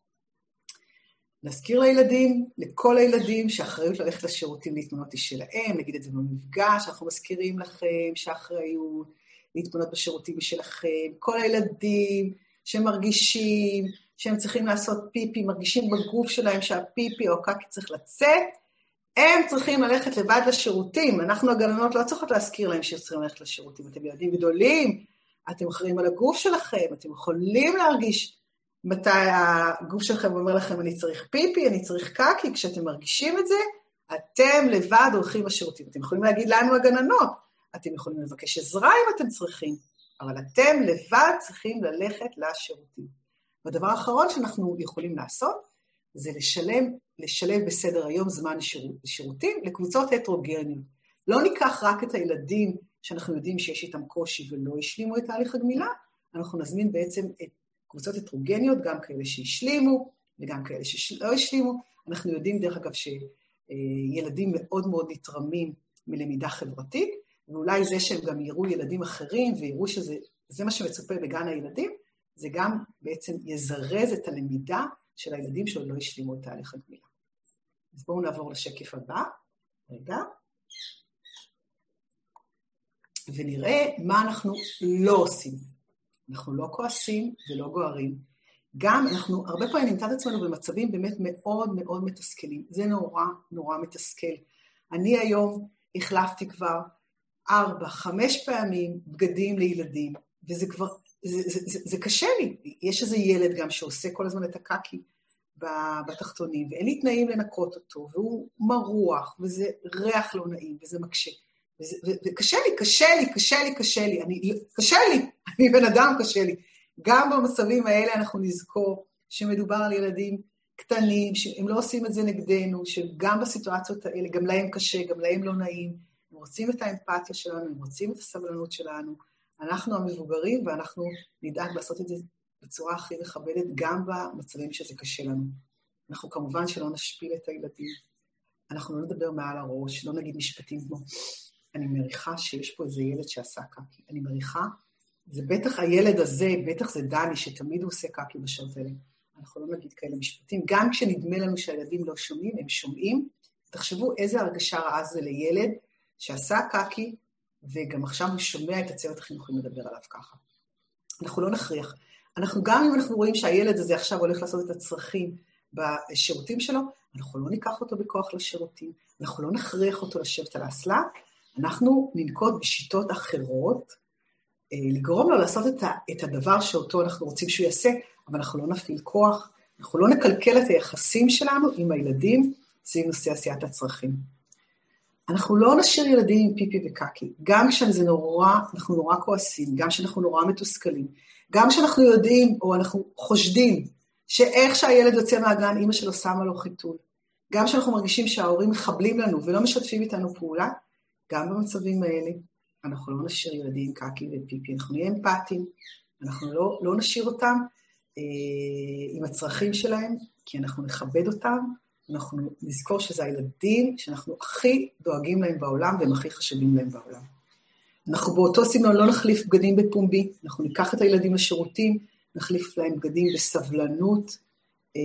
נזכיר לילדים, לכל הילדים, שהאחריות ללכת לשירותים להתמנות היא שלהם, נגיד את זה במפגש, אנחנו מזכירים לכם שהאחריות להתמנות בשירותים היא שלכם, כל הילדים שמרגישים, שהם צריכים לעשות פיפי, מרגישים בגוף שלהם שהפיפי או הקקי צריך לצאת, הם צריכים ללכת לבד לשירותים, אנחנו הגננות לא צריכות להזכיר להם שהם צריכים ללכת לשירותים, אתם ילדים גדולים, אתם אחראים על הגוף שלכם, אתם יכולים להרגיש מתי הגוף שלכם אומר לכם, אני צריך פיפי, אני צריך קקי, כשאתם מרגישים את זה, אתם לבד הולכים לשירותים. אתם יכולים להגיד לנו הגננות, אתם יכולים לבקש עזרה אם אתם צריכים, אבל אתם לבד צריכים ללכת לשירותים. והדבר האחרון שאנחנו יכולים לעשות, זה לשלם, לשלב בסדר היום זמן לשירותים לקבוצות הטרוגניות. לא ניקח רק את הילדים שאנחנו יודעים שיש איתם קושי ולא השלימו את תהליך הגמילה, אנחנו נזמין בעצם את קבוצות הטרוגניות, גם כאלה שהשלימו וגם כאלה שלא השלימו. אנחנו יודעים דרך אגב שילדים מאוד מאוד נתרמים מלמידה חברתית, ואולי זה שהם גם יראו ילדים אחרים ויראו שזה זה מה שמצופה בגן הילדים, זה גם בעצם יזרז את הלמידה של הילדים שעוד לא השלימו את תהליך הגמילה. אז בואו נעבור לשקף הבא, רגע, ונראה מה אנחנו לא עושים. אנחנו לא כועסים ולא גוערים. גם אנחנו הרבה פעמים נמצא את עצמנו במצבים באמת מאוד מאוד מתסכלים. זה נורא נורא מתסכל. אני היום החלפתי כבר ארבע, חמש פעמים בגדים לילדים, וזה כבר, זה, זה, זה, זה קשה לי. יש איזה ילד גם שעושה כל הזמן את הקקי בתחתונים, ואין לי תנאים לנקות אותו, והוא מרוח, וזה ריח לא נעים, וזה מקשה. וקשה לי, קשה לי, קשה לי, קשה לי, אני, קשה לי, אני בן אדם, קשה לי. גם במצבים האלה אנחנו נזכור שמדובר על ילדים קטנים, שהם לא עושים את זה נגדנו, שגם בסיטואציות האלה, גם להם קשה, גם להם לא נעים, הם רוצים את האמפתיה שלנו, הם רוצים את הסבלנות שלנו, אנחנו המבוגרים, ואנחנו נדאג לעשות את זה בצורה הכי מכבדת, גם במצבים שזה קשה לנו. אנחנו כמובן שלא נשפיל את הילדים, אנחנו לא נדבר מעל הראש, לא נגיד משפטים כמו, אני מריחה שיש פה איזה ילד שעשה קקי, אני מריחה, זה בטח הילד הזה, בטח זה דני, שתמיד הוא עושה קקי בשעות האלה, אנחנו לא נגיד כאלה משפטים, גם כשנדמה לנו שהילדים לא שומעים, הם שומעים, תחשבו איזה הרגשה רעה זה לילד, שעשה קקי, וגם עכשיו הוא שומע את הצוות החינוכי מדבר עליו ככה. אנחנו לא נכריח, אנחנו גם אם אנחנו רואים שהילד הזה עכשיו הולך לעשות את הצרכים בשירותים שלו, אנחנו לא ניקח אותו בכוח לשירותים, אנחנו לא נכריח אותו לשבת על האסלה, אנחנו ננקוט בשיטות אחרות, לגרום לו לעשות את, ה, את הדבר שאותו אנחנו רוצים שהוא יעשה, אבל אנחנו לא נפעיל כוח, אנחנו לא נקלקל את היחסים שלנו עם הילדים, סביב נושא עשיית הצרכים. אנחנו לא נשאיר ילדים עם פיפי וקקי, גם כשזה נורא, אנחנו נורא כועסים, גם כשאנחנו נורא מתוסכלים, גם כשאנחנו יודעים או אנחנו חושדים שאיך שהילד יוצא מהגן, אמא שלו שמה לו חיתול, גם כשאנחנו מרגישים שההורים מחבלים לנו ולא משתפים איתנו פעולה, גם במצבים האלה, אנחנו לא נשאיר ילדים עם קקי ופיפי, אנחנו נהיה אמפתיים, אנחנו לא, לא נשאיר אותם אה, עם הצרכים שלהם, כי אנחנו נכבד אותם, אנחנו נזכור שזה הילדים שאנחנו הכי דואגים להם בעולם, והם הכי חשובים להם בעולם. אנחנו באותו סגנון לא נחליף בגדים בפומבי, אנחנו ניקח את הילדים לשירותים, נחליף להם בגדים בסבלנות, אה,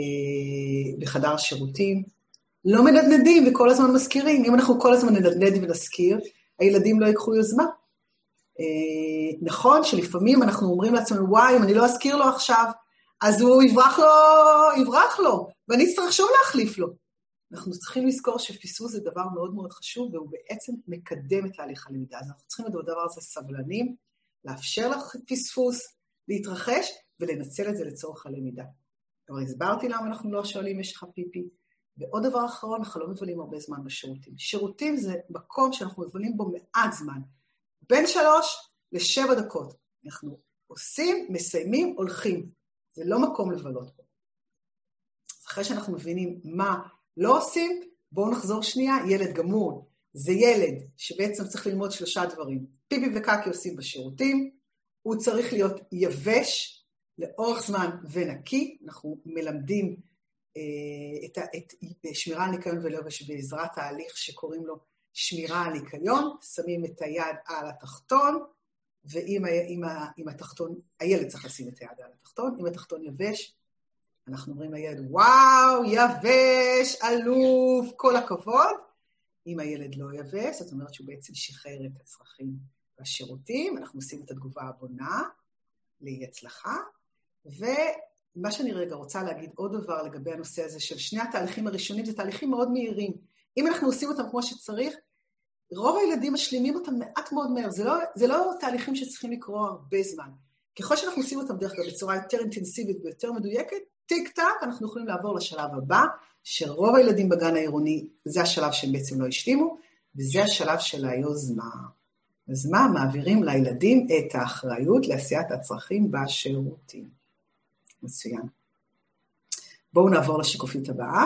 בחדר השירותים, לא מנדנדים וכל הזמן מזכירים, אם אנחנו כל הזמן נדנד ונזכיר, הילדים לא יקחו יוזמה. אה, נכון שלפעמים אנחנו אומרים לעצמנו, וואי, אם אני לא אזכיר לו עכשיו, אז הוא יברח לו, יברח לו, ואני אצטרך שוב להחליף לו. אנחנו צריכים לזכור שפיסוס זה דבר מאוד מאוד חשוב, והוא בעצם מקדם את תהליך הלמידה. אז אנחנו צריכים לדבר על זה סבלנים, לאפשר לפספוס, להתרחש, ולנצל את זה לצורך הלמידה. כבר הסברתי למה אנחנו לא שואלים יש לך פיפי, ועוד דבר אחרון, אנחנו לא מבלים הרבה זמן בשירותים. שירותים זה מקום שאנחנו מבלים בו מעט זמן, בין שלוש לשבע דקות. אנחנו עושים, מסיימים, הולכים. זה לא מקום לבלות בו. אחרי שאנחנו מבינים מה לא עושים, בואו נחזור שנייה, ילד גמור. זה ילד שבעצם צריך ללמוד שלושה דברים. פיפי וקקי עושים בשירותים, הוא צריך להיות יבש, לאורך זמן ונקי, אנחנו מלמדים אה, את, את, את שמירה על ניקיון ולבש בעזרת תהליך שקוראים לו שמירה על ניקיון, שמים את היד על התחתון, ואם אם, אם התחתון, הילד צריך לשים את היד על התחתון, אם התחתון יבש, אנחנו אומרים לילד, וואו, יבש, אלוף, כל הכבוד. אם הילד לא יבש, זאת אומרת שהוא בעצם שחרר את הצרכים והשירותים, אנחנו עושים את התגובה הבונה, לאי הצלחה, ומה שאני רגע רוצה להגיד עוד דבר לגבי הנושא הזה של שני התהליכים הראשונים, זה תהליכים מאוד מהירים. אם אנחנו עושים אותם כמו שצריך, רוב הילדים משלימים אותם מעט מאוד מהר, זה לא, זה לא תהליכים שצריכים לקרוא הרבה זמן. ככל שאנחנו עושים אותם דרך כלל בצורה יותר אינטנסיבית ויותר מדויקת, טיק טק אנחנו יכולים לעבור לשלב הבא, שרוב הילדים בגן העירוני, זה השלב שהם בעצם לא השלימו, וזה השלב של היוזמה. אז מה? מעבירים לילדים את האחריות לעשיית הצרכים בשירותים. מצוין. בואו נעבור לשקופית הבאה.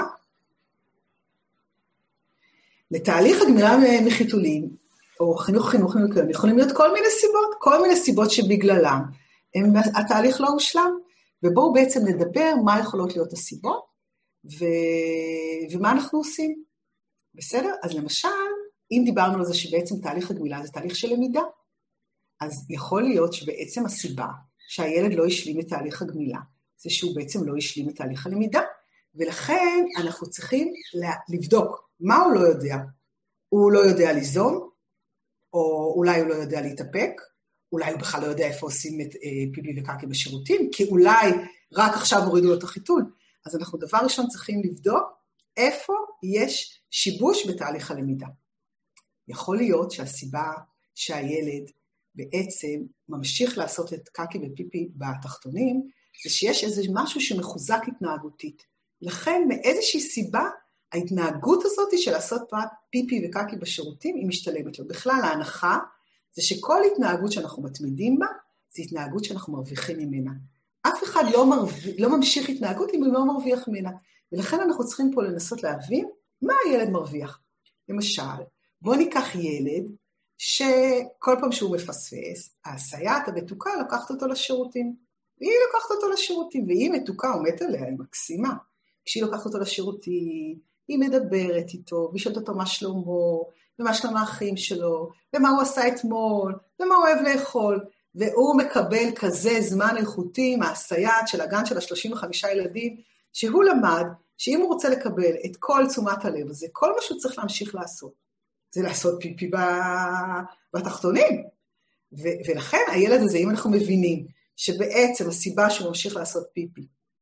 לתהליך הגמילה מחיתולים, או חינוך חינוך ניקיון, יכולים להיות כל מיני סיבות, כל מיני סיבות שבגללם הם, התהליך לא הושלם, ובואו בעצם נדבר מה יכולות להיות הסיבות, ו... ומה אנחנו עושים. בסדר? אז למשל, אם דיברנו על זה שבעצם תהליך הגמילה זה תהליך של למידה, אז יכול להיות שבעצם הסיבה שהילד לא השלים את תהליך הגמילה, זה שהוא בעצם לא השלים את תהליך הלמידה, ולכן אנחנו צריכים לבדוק מה הוא לא יודע. הוא לא יודע ליזום, או אולי הוא לא יודע להתאפק, אולי הוא בכלל לא יודע איפה עושים את אה, פיפי וקקי בשירותים, כי אולי רק עכשיו הורידו לו את החיתול. אז אנחנו דבר ראשון צריכים לבדוק איפה יש שיבוש בתהליך הלמידה. יכול להיות שהסיבה שהילד בעצם ממשיך לעשות את קקי ופיפי בתחתונים, זה שיש איזה משהו שמחוזק התנהגותית. לכן מאיזושהי סיבה ההתנהגות הזאת של לעשות פיפי וקקי בשירותים, היא משתלמת לו. בכלל, ההנחה זה שכל התנהגות שאנחנו מתמידים בה, זה התנהגות שאנחנו מרוויחים ממנה. אף אחד לא, מרו... לא ממשיך התנהגות אם הוא לא מרוויח ממנה. ולכן אנחנו צריכים פה לנסות להבין מה הילד מרוויח. למשל, בוא ניקח ילד שכל פעם שהוא מפספס, הסייעת המתוקה לוקחת אותו לשירותים. והיא לוקחת אותו לשירותים, והיא מתוקה עומדת עליה, היא מקסימה. כשהיא לוקחת אותו לשירותים, היא מדברת איתו, והיא שואלת אותו מה שלמה, ומה שלמה האחים שלו, ומה הוא עשה אתמול, ומה הוא אוהב לאכול, והוא מקבל כזה זמן איכותי מהסייעת של הגן של ה-שלושים וחמישה ילדים, שהוא למד שאם הוא רוצה לקבל את כל תשומת הלב הזה, כל מה שהוא צריך להמשיך לעשות, זה לעשות פיפי בתחתונים. ו- ולכן הילד הזה, אם אנחנו מבינים שבעצם הסיבה שהוא ממשיך לעשות פיפי,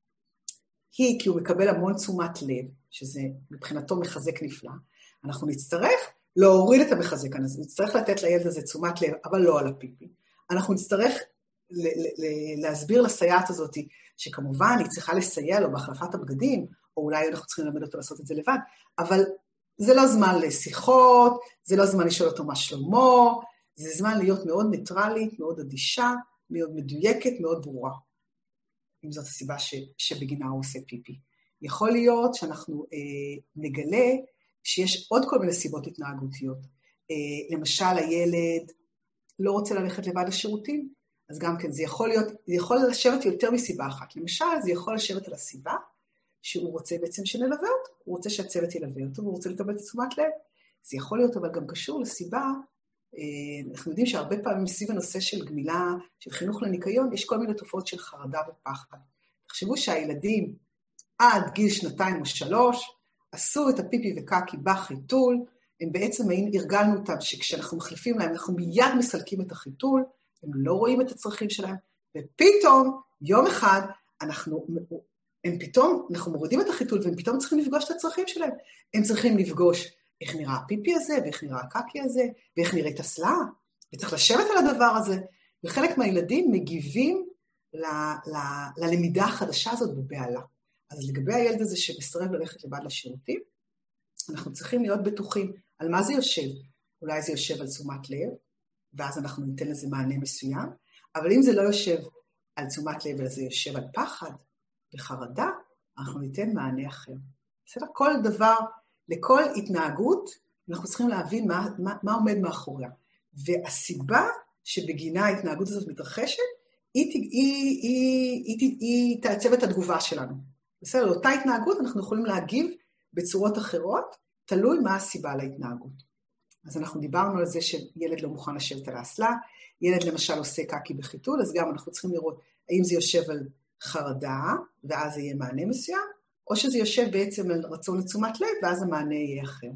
היא כי הוא מקבל המון תשומת לב, שזה מבחינתו מחזק נפלא, אנחנו נצטרך להוריד את המחזק הזה, נצטרך לתת לילד הזה תשומת לב, אבל לא על הפיפי. אנחנו נצטרך להסביר לסייעת הזאת, שכמובן היא צריכה לסייע לו בהחלפת הבגדים, או אולי אנחנו צריכים ללמד אותו לעשות את זה לבד, אבל זה לא זמן לשיחות, זה לא זמן לשאול אותו מה שלמה, זה זמן להיות מאוד ניטרלית, מאוד אדישה, מאוד מדויקת, מאוד ברורה. אם זאת הסיבה ש, שבגינה הוא עושה פיפי. יכול להיות שאנחנו אה, נגלה שיש עוד כל מיני סיבות התנהגותיות. אה, למשל, הילד לא רוצה ללכת לבד לשירותים, אז גם כן, זה יכול להיות, זה יכול לשבת יותר מסיבה אחת. למשל, זה יכול לשבת על הסיבה שהוא רוצה בעצם שנלווה אותו, הוא רוצה שהצוות ילווה אותו, והוא רוצה לקבל את תשומת לב. זה יכול להיות, אבל גם קשור לסיבה, אנחנו יודעים שהרבה פעמים סביב הנושא של גמילה, של חינוך לניקיון, יש כל מיני תופעות של חרדה ופחד. תחשבו שהילדים עד גיל שנתיים או שלוש, עשו את הפיפי וקקי בחיתול, הם בעצם הרגלנו אותם שכשאנחנו מחליפים להם, אנחנו מיד מסלקים את החיתול, הם לא רואים את הצרכים שלהם, ופתאום, יום אחד, אנחנו, הם פתאום, אנחנו מורידים את החיתול, והם פתאום צריכים לפגוש את הצרכים שלהם. הם צריכים לפגוש איך נראה הפיפי הזה, ואיך נראה הקקי הזה, ואיך נראית הסלעה, וצריך לשבת על הדבר הזה, וחלק מהילדים מגיבים ל, ל, ללמידה החדשה הזאת בבעלה. אז לגבי הילד הזה שמסרב ללכת לבד לשירותים, אנחנו צריכים להיות בטוחים על מה זה יושב. אולי זה יושב על תשומת לב, ואז אנחנו ניתן לזה מענה מסוים, אבל אם זה לא יושב על תשומת לב, אלא זה יושב על פחד וחרדה, אנחנו ניתן מענה אחר. בסדר? כל דבר, לכל התנהגות, אנחנו צריכים להבין מה, מה, מה עומד מאחוריה. והסיבה שבגינה ההתנהגות הזאת מתרחשת, היא, היא, היא, היא, היא, היא תעצב את התגובה שלנו. בסדר? לאותה התנהגות אנחנו יכולים להגיב בצורות אחרות, תלוי מה הסיבה להתנהגות. אז אנחנו דיברנו על זה שילד לא מוכן לשבת על האסלה, ילד למשל עושה קקי בחיתול, אז גם אנחנו צריכים לראות האם זה יושב על חרדה, ואז זה יהיה מענה מסוים, או שזה יושב בעצם על רצון לתשומת לב, ואז המענה יהיה אחר.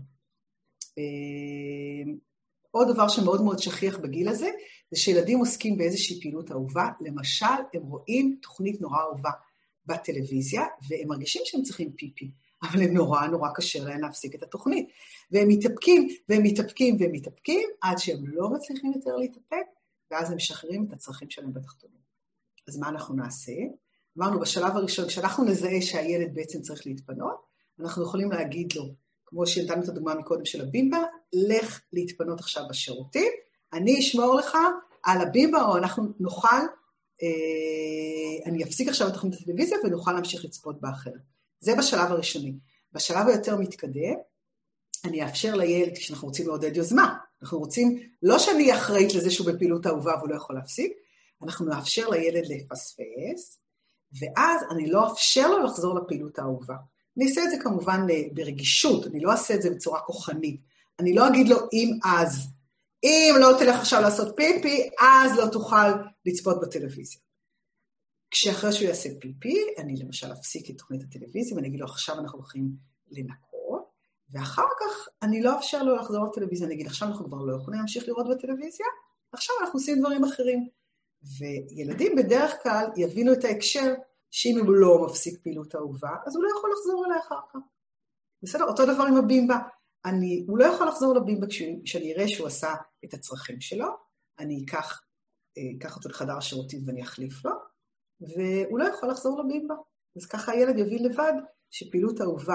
עוד דבר שמאוד מאוד שכיח בגיל הזה, זה שילדים עוסקים באיזושהי פעילות אהובה, למשל הם רואים תוכנית נורא אהובה בטלוויזיה, והם מרגישים שהם צריכים פיפי, אבל הם נורא נורא קשה להם להפסיק את התוכנית, והם מתאפקים, והם מתאפקים, והם מתאפקים, עד שהם לא מצליחים יותר להתאפק, ואז הם משחררים את הצרכים שלהם בתחתונים. אז מה אנחנו נעשה? אמרנו בשלב הראשון, כשאנחנו נזהה שהילד בעצם צריך להתפנות, אנחנו יכולים להגיד לו, כמו שנתנו את הדוגמה מקודם של הבימבה, לך להתפנות עכשיו בשירותים, אני אשמור לך על הבימבה, או אנחנו נוכל, אה, אני אפסיק עכשיו את תוכנית הטלוויזיה, ונוכל להמשיך לצפות באחר. זה בשלב הראשוני. בשלב היותר מתקדם, אני אאפשר לילד, כשאנחנו רוצים לעודד יוזמה, אנחנו רוצים, לא שאני אחראית לזה שהוא בפעילות אהובה, והוא לא יכול להפסיק, אנחנו נאפשר לילד לפספס, ואז אני לא אאפשר לו לחזור לפעילות האהובה. אני אעשה את זה כמובן ברגישות, אני לא אעשה את זה בצורה כוחנית. אני לא אגיד לו אם אז, אם לא תלך עכשיו לעשות פיפי, אז לא תוכל לצפות בטלוויזיה. כשאחרי שהוא יעשה פיפי, אני למשל אפסיק את תוכנית הטלוויזיה, ואני אגיד לו עכשיו אנחנו הולכים לנקות, ואחר כך אני לא אאפשר לו לחזור לטלוויזיה, אני אגיד עכשיו אנחנו כבר לא יכולים להמשיך לראות בטלוויזיה, עכשיו אנחנו עושים דברים אחרים. וילדים בדרך כלל יבינו את ההקשר, שאם הוא לא מפסיק פעילות אהובה, אז הוא לא יכול לחזור אליה אחר כך. בסדר? אותו דבר עם הבימבה. אני, הוא לא יכול לחזור לבימבה כשאני אראה שהוא עשה את הצרכים שלו, אני אקח, אקח אותו לחדר השירותים ואני אחליף לו, והוא לא יכול לחזור לבימבה. אז ככה הילד יבין לבד שפעילות אהובה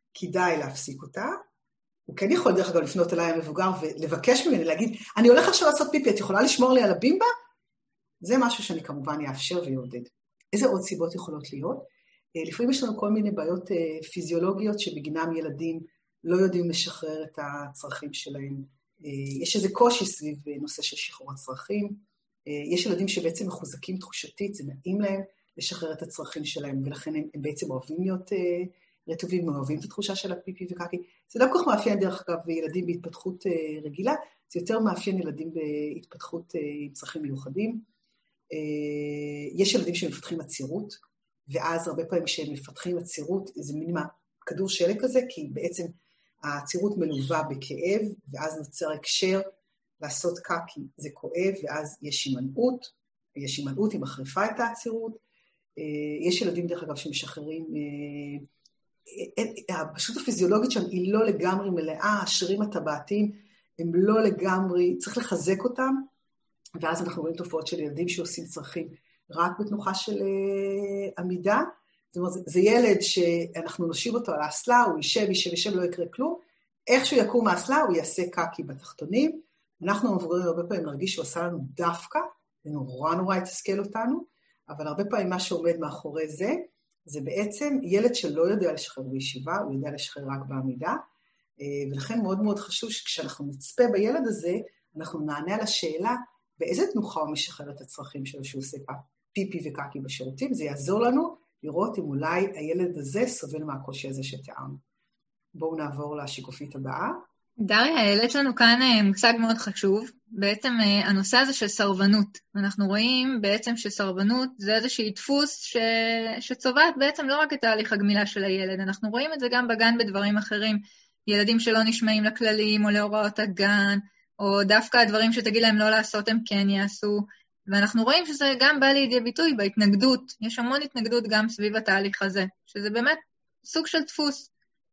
כדאי להפסיק אותה. הוא כן יכול דרך אגב לפנות אליי המבוגר ולבקש ממני, להגיד, אני הולך עכשיו לעשות פיפי, את יכולה לשמור לי על הבימבה? זה משהו שאני כמובן יאפשר ויעודד. איזה עוד סיבות יכולות להיות? לפעמים יש לנו כל מיני בעיות פיזיולוגיות שבגינם ילדים לא יודעים לשחרר את הצרכים שלהם. יש איזה קושי סביב נושא של שחרור הצרכים. יש ילדים שבעצם מחוזקים תחושתית, זה נעים להם לשחרר את הצרכים שלהם, ולכן הם, הם בעצם אוהבים להיות רטובים, אוהבים את התחושה של הפיפי וקקי. זה לא כל כך מאפיין דרך אגב ילדים בהתפתחות רגילה, זה יותר מאפיין ילדים בהתפתחות עם צרכים מיוחדים. יש ילדים שמפתחים עצירות, ואז הרבה פעמים כשהם מפתחים עצירות, זה מין כדור שלג כזה, כי בעצם העצירות מלווה בכאב, ואז נוצר הקשר לעשות קקי, זה כואב, ואז יש הימנעות, ויש הימנעות, היא מחריפה את העצירות. יש ילדים דרך אגב שמשחררים, פשוט הפיזיולוגית שם היא לא לגמרי מלאה, השרירים הטבעתיים הם לא לגמרי, צריך לחזק אותם, ואז אנחנו רואים תופעות של ילדים שעושים צרכים רק בתנוחה של עמידה. זאת אומרת, זה ילד שאנחנו נושיב אותו על האסלה, הוא יישב, יישב, יישב, לא יקרה כלום, איכשהו יקום מהאסלה, הוא יעשה קקי בתחתונים, אנחנו מבוגרים הרבה פעמים נרגיש שהוא עשה לנו דווקא, זה נורא נורא יתסכל אותנו, אבל הרבה פעמים מה שעומד מאחורי זה, זה בעצם ילד שלא יודע לשחרר בישיבה, הוא יודע לשחרר רק בעמידה, ולכן מאוד מאוד חשוב שכשאנחנו נצפה בילד הזה, אנחנו נענה על השאלה, באיזה תנוחה הוא משחרר את הצרכים שלו שהוא עושה פיפי וקקי בשירותים, זה יעזור לנו לראות אם אולי הילד הזה סובל מהקושי הזה שתיארנו. בואו נעבור לשיקופית הבאה. דריה, העלית לנו כאן מושג מאוד חשוב, בעצם הנושא הזה של סרבנות. אנחנו רואים בעצם שסרבנות זה איזושהי דפוס ש... שצובעת בעצם לא רק את תהליך הגמילה של הילד, אנחנו רואים את זה גם בגן בדברים אחרים, ילדים שלא נשמעים לכללים או להוראות הגן, או דווקא הדברים שתגיד להם לא לעשות הם כן יעשו, ואנחנו רואים שזה גם בא לידי ביטוי בהתנגדות, יש המון התנגדות גם סביב התהליך הזה, שזה באמת סוג של דפוס.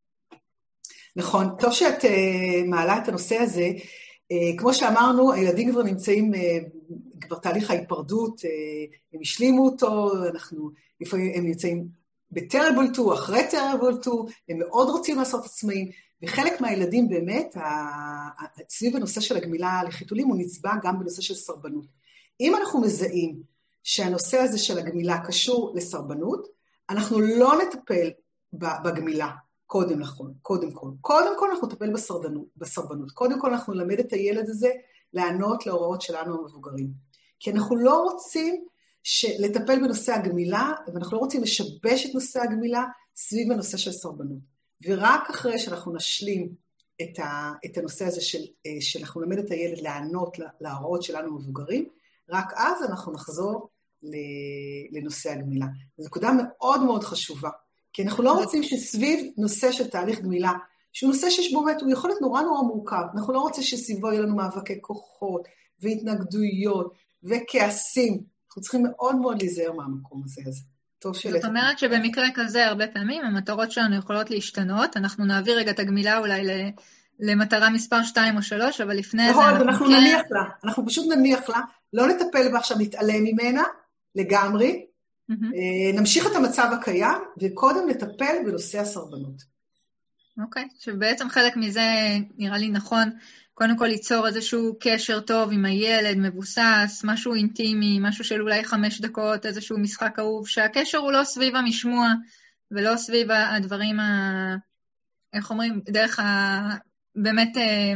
נכון, טוב שאת uh, מעלה את הנושא הזה, uh, כמו שאמרנו, הילדים כבר נמצאים, uh, כבר תהליך ההיפרדות, uh, הם השלימו אותו, אנחנו, לפעמים הם נמצאים בטרם בולטו, אחרי טרם בולטו, הם מאוד רוצים לעשות עצמאים, וחלק מהילדים באמת, סביב הנושא של הגמילה לחיתולים, הוא נצבע גם בנושא של סרבנות. אם אנחנו מזהים שהנושא הזה של הגמילה קשור לסרבנות, אנחנו לא נטפל בגמילה קודם לכן, קודם כל. קודם כל אנחנו נטפל בסרבנות, בסרבנות. קודם כל אנחנו נלמד את הילד הזה לענות להוראות שלנו המבוגרים. כי אנחנו לא רוצים לטפל בנושא הגמילה, ואנחנו לא רוצים לשבש את נושא הגמילה סביב הנושא של סרבנות. ורק אחרי שאנחנו נשלים את, ה, את הנושא הזה של, שאנחנו נלמד את הילד לענות להוראות שלנו מבוגרים, רק אז אנחנו נחזור לנושא הגמילה. זו נקודה מאוד מאוד חשובה, כי אנחנו לא רוצים שסביב נושא של תהליך גמילה, שהוא נושא שיש בו באמת, הוא יכול להיות נורא נורא מורכב, אנחנו לא רוצים שסביבו יהיו לנו מאבקי כוחות, והתנגדויות, וכעסים, אנחנו צריכים מאוד מאוד להיזהר מהמקום הזה. אז טוב שלך. זאת אומרת שבמקרה כזה הרבה פעמים המטרות שלנו יכולות להשתנות, אנחנו נעביר רגע את הגמילה אולי למטרה מספר שתיים או שלוש, אבל לפני זה אנחנו... אנחנו נניח לה, אנחנו פשוט נניח לה, לא נטפל בה עכשיו, נתעלם ממנה לגמרי, נמשיך את המצב הקיים, וקודם נטפל בנושא הסרבנות. אוקיי, שבעצם חלק מזה נראה לי נכון, קודם כל ליצור איזשהו קשר טוב עם הילד, מבוסס, משהו אינטימי, משהו של אולי חמש דקות, איזשהו משחק אהוב, שהקשר הוא לא סביב המשמוע, ולא סביב הדברים, ה... איך אומרים, דרך ה... באמת,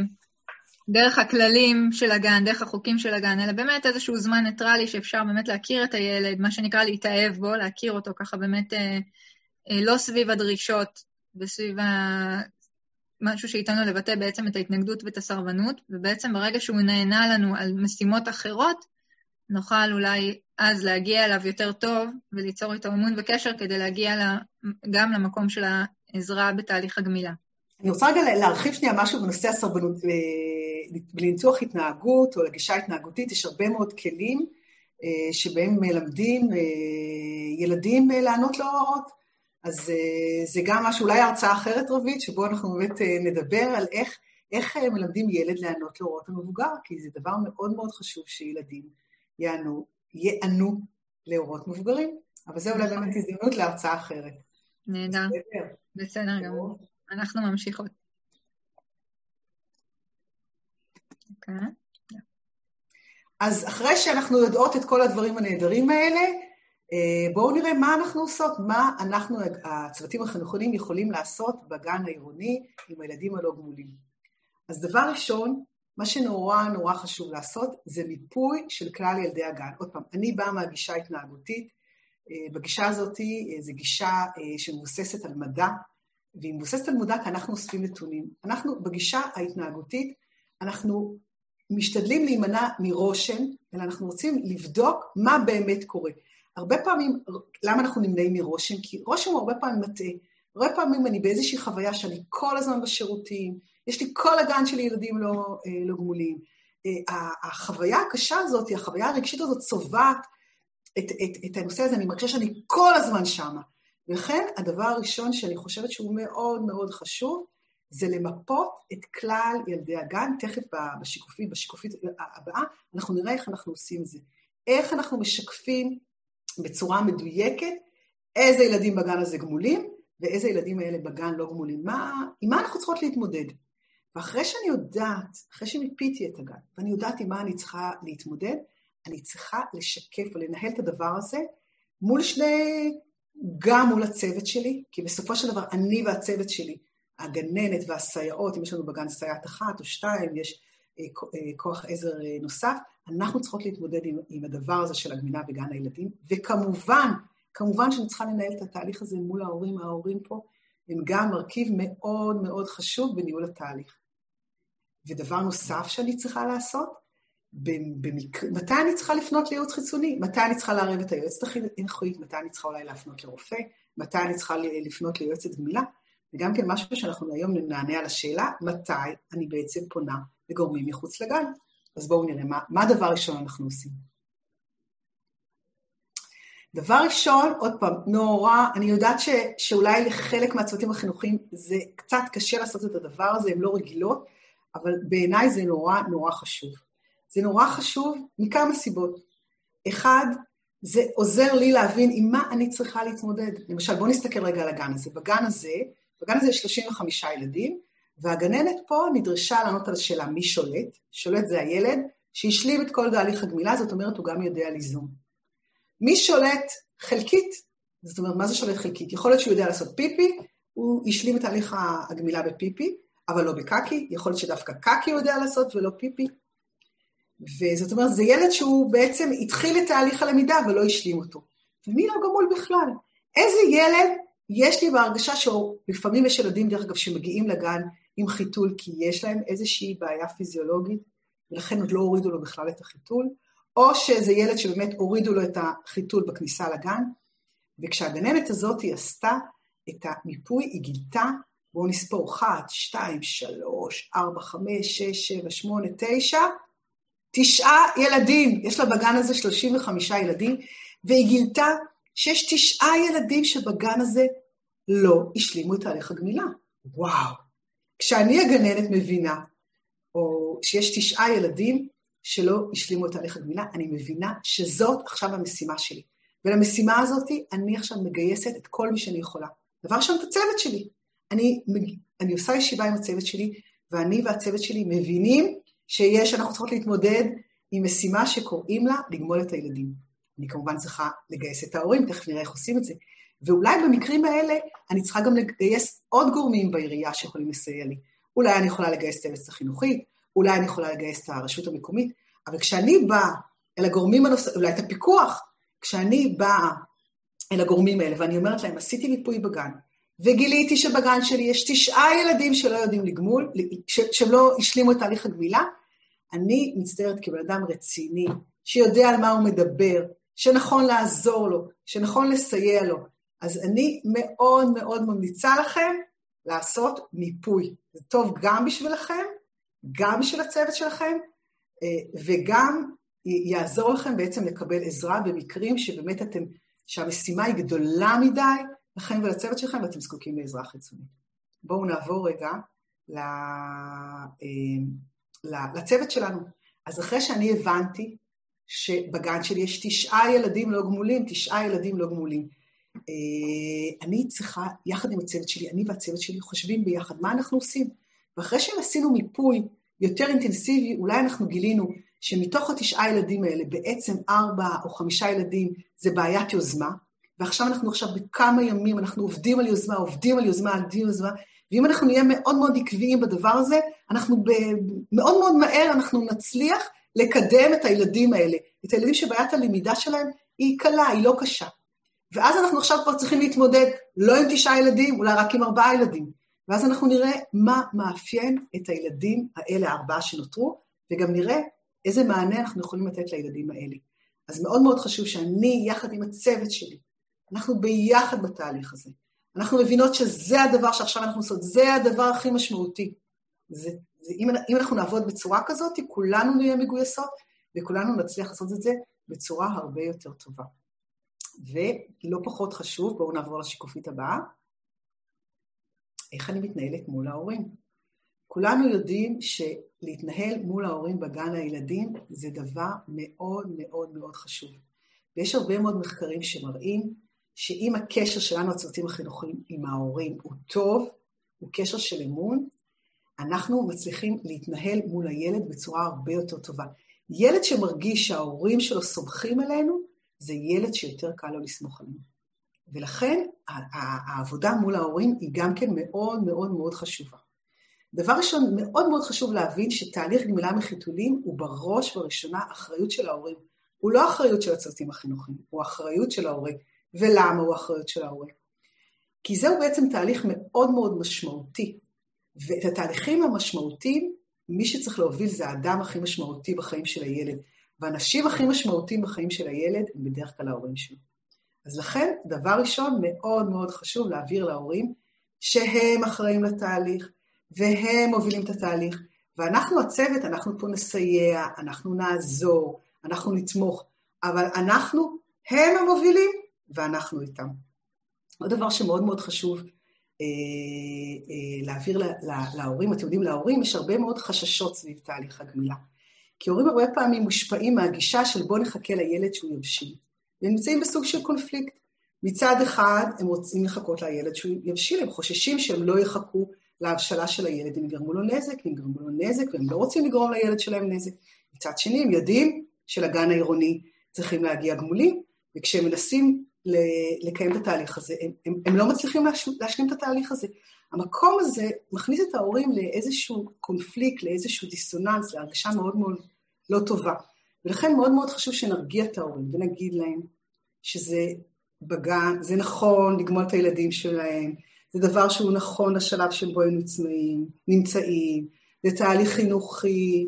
דרך הכללים של הגן, דרך החוקים של הגן, אלא באמת איזשהו זמן ניטרלי שאפשר באמת להכיר את הילד, מה שנקרא להתאהב בו, להכיר אותו ככה באמת לא סביב הדרישות, וסביב ה... משהו שאיתנו לבטא בעצם את ההתנגדות ואת הסרבנות, ובעצם ברגע שהוא נהנה לנו על משימות אחרות, נוכל אולי אז להגיע אליו יותר טוב, וליצור איתו אמון וקשר כדי להגיע לה, גם למקום של העזרה בתהליך הגמילה. אני רוצה רגע להרחיב שנייה משהו בנושא הסרבנות, בניתוח התנהגות או לגישה התנהגותית, יש הרבה מאוד כלים שבהם מלמדים ילדים לענות להוראות, אז זה גם משהו, אולי הרצאה אחרת רבית, שבו אנחנו באמת נדבר על איך, איך מלמדים ילד לענות להוראות המבוגר, כי זה דבר מאוד מאוד חשוב שילדים יענו, יענו להוראות מבוגרים, אבל זה אולי באמת הזדמנות להרצאה אחרת. נהדר, בסדר גמור. אנחנו ממשיכות. אוקיי. אז אחרי שאנחנו יודעות את כל הדברים הנהדרים האלה, בואו נראה מה אנחנו עושות, מה אנחנו, הצוותים החינוכיים, יכולים לעשות בגן העירוני עם הילדים הלא גמולים. אז דבר ראשון, מה שנורא נורא חשוב לעשות, זה מיפוי של כלל ילדי הגן. עוד פעם, אני באה מהגישה ההתנהגותית, בגישה הזאת זו גישה שמבוססת על מדע, והיא מבוססת על מדע כי אנחנו אוספים נתונים. אנחנו בגישה ההתנהגותית, אנחנו משתדלים להימנע מרושם, אלא אנחנו רוצים לבדוק מה באמת קורה. הרבה פעמים, למה אנחנו נמנעים מרושם? כי רושם הוא הרבה פעמים מטעה. הרבה פעמים אני באיזושהי חוויה שאני כל הזמן בשירותים, יש לי כל הגן שלי ילדים לא, לא גמולים. החוויה הקשה הזאת, החוויה הרגשית הזאת צובעת את, את, את הנושא הזה, אני מרגישה שאני כל הזמן שמה. ולכן הדבר הראשון שאני חושבת שהוא מאוד מאוד חשוב, זה למפות את כלל ילדי הגן, תכף בשיקופית, בשיקופית הבאה, אנחנו נראה איך אנחנו עושים את זה. איך אנחנו משקפים בצורה מדויקת, איזה ילדים בגן הזה גמולים, ואיזה ילדים האלה בגן לא גמולים. מה, עם מה אנחנו צריכות להתמודד? ואחרי שאני יודעת, אחרי שמיפיתי את הגן, ואני יודעת עם מה אני צריכה להתמודד, אני צריכה לשקף ולנהל את הדבר הזה, מול שני, גם מול הצוות שלי, כי בסופו של דבר אני והצוות שלי, הגננת והסייעות, אם יש לנו בגן סייעת אחת או שתיים, יש כוח עזר נוסף, אנחנו צריכות להתמודד עם, עם הדבר הזה של הגמילה בגן הילדים, וכמובן, כמובן שאני צריכה לנהל את התהליך הזה מול ההורים, ההורים פה, הם גם מרכיב מאוד מאוד חשוב בניהול התהליך. ודבר נוסף שאני צריכה לעשות, במק... מתי אני צריכה לפנות לייעוץ חיצוני? מתי אני צריכה לערב את היועצת החינוכית? מתי אני צריכה אולי להפנות לרופא? מתי אני צריכה לפנות ליועצת גמילה? וגם כן משהו שאנחנו היום נענה על השאלה, מתי אני בעצם פונה לגורמים מחוץ לגן. אז בואו נראה מה, מה הדבר ראשון אנחנו עושים. דבר ראשון, עוד פעם, נורא, אני יודעת ש, שאולי לחלק מהצוותים החינוכיים זה קצת קשה לעשות את הדבר הזה, הן לא רגילות, אבל בעיניי זה נורא נורא חשוב. זה נורא חשוב מכמה סיבות. אחד, זה עוזר לי להבין עם מה אני צריכה להתמודד. למשל, בואו נסתכל רגע על הגן הזה. בגן הזה, בגן הזה יש שלושים וחמישה ילדים, והגננת פה נדרשה לענות על השאלה מי שולט. שולט זה הילד שהשלים את כל תהליך הגמילה, זאת אומרת, הוא גם יודע ליזום. מי שולט חלקית? זאת אומרת, מה זה שולט חלקית? יכול להיות שהוא יודע לעשות פיפי, הוא השלים את תהליך הגמילה בפיפי, אבל לא בקקי, יכול להיות שדווקא קקי הוא יודע לעשות ולא פיפי. וזאת אומרת, זה ילד שהוא בעצם התחיל את תהליך הלמידה ולא השלים אותו. ומי לא גמול בכלל? איזה ילד יש לי בהרגשה שלפעמים יש ילדים, דרך אגב, שמגיעים לגן עם חיתול, כי יש להם איזושהי בעיה פיזיולוגית, ולכן עוד לא הורידו לו בכלל את החיתול, או שזה ילד שבאמת הורידו לו את החיתול בכניסה לגן, וכשהגננת הזאת היא עשתה את המיפוי, היא גילתה, בואו נספור אחת, שתיים, שלוש, ארבע, חמש, שש, שבע, שמונה, תשע, תשעה ילדים, יש לה בגן הזה שלושים וחמישה ילדים, והיא גילתה שיש תשעה ילדים שבגן הזה לא השלימו את תהליך הגמילה. וואו. כשאני הגננת מבינה, או שיש תשעה ילדים שלא השלימו את תהליך הגמילה, אני מבינה שזאת עכשיו המשימה שלי. ולמשימה הזאת אני עכשיו מגייסת את כל מי שאני יכולה. דבר שם את הצוות שלי. אני, אני עושה ישיבה עם הצוות שלי, ואני והצוות שלי מבינים שיש, אנחנו צריכות להתמודד עם משימה שקוראים לה לגמול את הילדים. אני כמובן צריכה לגייס את ההורים, תכף נראה איך עושים את זה. ואולי במקרים האלה אני צריכה גם לגייס עוד גורמים בעירייה שיכולים לסייע לי. אולי אני יכולה לגייס את היועצת החינוכית, אולי אני יכולה לגייס את הרשות המקומית, אבל כשאני באה אל הגורמים הנוספים, אולי את הפיקוח, כשאני באה אל הגורמים האלה, ואני אומרת להם, עשיתי מיפוי בגן, וגיליתי שבגן שלי יש תשעה ילדים שלא יודעים לגמול, שלא השלימו את תהליך הגמילה, אני מצטערת כבן אדם רציני, שיודע על מה הוא מדבר, שנכון לעזור לו, שנכון לסייע לו. אז אני מאוד מאוד ממליצה לכם לעשות מיפוי. זה טוב גם בשבילכם, גם בשביל הצוות שלכם, וגם יעזור לכם בעצם לקבל עזרה במקרים שבאמת אתם, שהמשימה היא גדולה מדי, לכם ולצוות שלכם, ואתם זקוקים לעזרה חיצונית. בואו נעבור רגע לצוות שלנו. אז אחרי שאני הבנתי שבגן שלי יש תשעה ילדים לא גמולים, תשעה ילדים לא גמולים, אני צריכה, יחד עם הצוות שלי, אני והצוות שלי חושבים ביחד, מה אנחנו עושים? ואחרי שעשינו מיפוי יותר אינטנסיבי, אולי אנחנו גילינו שמתוך התשעה ילדים האלה, בעצם ארבע או חמישה ילדים, זה בעיית יוזמה, ועכשיו אנחנו עכשיו בכמה ימים, אנחנו עובדים על יוזמה, עובדים על יוזמה, עובדים על יוזמה, ואם אנחנו נהיה מאוד מאוד עקביים בדבר הזה, אנחנו מאוד מאוד מהר, אנחנו נצליח לקדם את הילדים האלה, את הילדים שבעיית הלמידה שלהם היא קלה, היא לא קשה. ואז אנחנו עכשיו כבר צריכים להתמודד, לא עם תשעה ילדים, אולי רק עם ארבעה ילדים. ואז אנחנו נראה מה מאפיין את הילדים האלה, הארבעה שנותרו, וגם נראה איזה מענה אנחנו יכולים לתת לילדים האלה. אז מאוד מאוד חשוב שאני, יחד עם הצוות שלי, אנחנו ביחד בתהליך הזה. אנחנו מבינות שזה הדבר שעכשיו אנחנו עושות, זה הדבר הכי משמעותי. זה, זה, אם, אם אנחנו נעבוד בצורה כזאת, כולנו נהיה מגויסות, וכולנו נצליח לעשות את זה בצורה הרבה יותר טובה. ולא פחות חשוב, בואו נעבור לשיקופית הבאה, איך אני מתנהלת מול ההורים. כולנו יודעים שלהתנהל מול ההורים בגן הילדים, זה דבר מאוד מאוד מאוד חשוב. ויש הרבה מאוד מחקרים שמראים, שאם הקשר שלנו, הצוותים החינוכיים עם ההורים, הוא טוב, הוא קשר של אמון, אנחנו מצליחים להתנהל מול הילד בצורה הרבה יותר טובה. ילד שמרגיש שההורים שלו סומכים עלינו, זה ילד שיותר קל לו לסמוך עלינו. ולכן העבודה מול ההורים היא גם כן מאוד מאוד מאוד חשובה. דבר ראשון, מאוד מאוד חשוב להבין שתהליך גמילה מחיתולים הוא בראש ובראשונה אחריות של ההורים. הוא לא אחריות של הצוותים החינוכיים, הוא אחריות של ההורים. ולמה הוא האחריות של ההורה? כי זהו בעצם תהליך מאוד מאוד משמעותי, ואת התהליכים המשמעותיים, מי שצריך להוביל זה האדם הכי משמעותי בחיים של הילד, והאנשים הכי משמעותיים בחיים של הילד הם בדרך כלל ההורים שלו. אז לכן, דבר ראשון, מאוד מאוד חשוב להעביר להורים, שהם אחראים לתהליך, והם מובילים את התהליך, ואנחנו הצוות, אנחנו פה נסייע, אנחנו נעזור, אנחנו נתמוך, אבל אנחנו, הם המובילים, ואנחנו איתם. עוד דבר שמאוד מאוד חשוב אה, אה, להעביר לה, לה, להורים, אתם יודעים, להורים יש הרבה מאוד חששות סביב תהליך הגמילה. כי הורים הרבה פעמים מושפעים מהגישה של בוא נחכה לילד שהוא יבשיל. והם נמצאים בסוג של קונפליקט. מצד אחד הם רוצים לחכות לילד שהוא יבשיל, הם חוששים שהם לא יחכו להבשלה של הילד, הם יגרמו לו נזק, הם יגרמו לו נזק, והם לא רוצים לגרום לילד שלהם נזק. מצד שני, הם יודעים שלגן העירוני צריכים להגיע גמולים, וכשהם מנסים לקיים את התהליך הזה, הם, הם, הם לא מצליחים להשלים את התהליך הזה. המקום הזה מכניס את ההורים לאיזשהו קונפליקט, לאיזשהו דיסוננס, להרגשה מאוד מאוד לא טובה. ולכן מאוד מאוד חשוב שנרגיע את ההורים, ונגיד להם שזה בגן, זה נכון לגמול את הילדים שלהם, זה דבר שהוא נכון לשלב שבו הם נמצאים, נמצאים, זה תהליך חינוכי,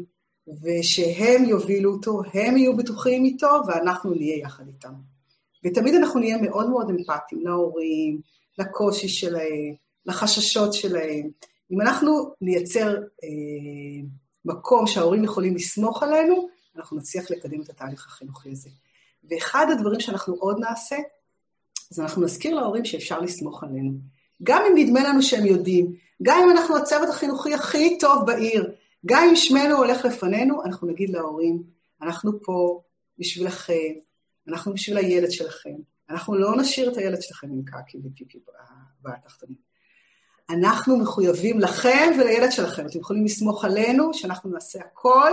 ושהם יובילו אותו, הם יהיו בטוחים איתו, ואנחנו נהיה יחד איתם. ותמיד אנחנו נהיה מאוד מאוד אמפתיים להורים, לקושי שלהם, לחששות שלהם. אם אנחנו נייצר אה, מקום שההורים יכולים לסמוך עלינו, אנחנו נצליח לקדם את התהליך החינוכי הזה. ואחד הדברים שאנחנו עוד נעשה, אז אנחנו נזכיר להורים שאפשר לסמוך עלינו. גם אם נדמה לנו שהם יודעים, גם אם אנחנו הצוות החינוכי הכי טוב בעיר, גם אם שמנו הולך לפנינו, אנחנו נגיד להורים, אנחנו פה בשבילכם, אנחנו בשביל הילד שלכם, אנחנו לא נשאיר את הילד שלכם עם קקי ופיפי בתחתונים. אנחנו מחויבים לכם ולילד שלכם, אתם יכולים לסמוך עלינו שאנחנו נעשה הכל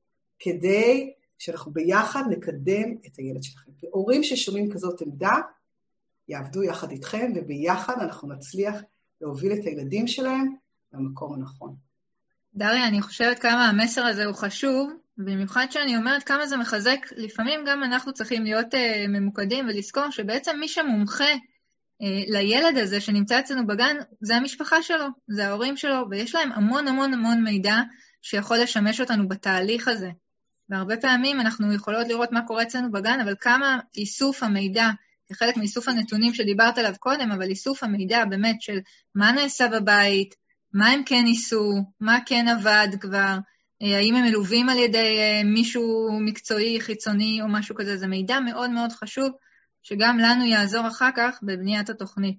כדי שאנחנו ביחד נקדם את הילד שלכם. והורים ששומעים כזאת עמדה, יעבדו יחד איתכם, וביחד אנחנו נצליח להוביל את הילדים שלהם למקום הנכון. דריה, אני חושבת כמה המסר הזה הוא חשוב, במיוחד שאני אומרת כמה זה מחזק, לפעמים גם אנחנו צריכים להיות uh, ממוקדים ולזכור שבעצם מי שמומחה uh, לילד הזה שנמצא אצלנו בגן, זה המשפחה שלו, זה ההורים שלו, ויש להם המון המון המון מידע שיכול לשמש אותנו בתהליך הזה. והרבה פעמים אנחנו יכולות לראות מה קורה אצלנו בגן, אבל כמה איסוף המידע, כחלק מאיסוף הנתונים שדיברת עליו קודם, אבל איסוף המידע באמת של מה נעשה בבית, מה הם כן ניסו, מה כן עבד כבר, האם הם מלווים על ידי מישהו מקצועי, חיצוני או משהו כזה, זה מידע מאוד מאוד חשוב, שגם לנו יעזור אחר כך בבניית התוכנית.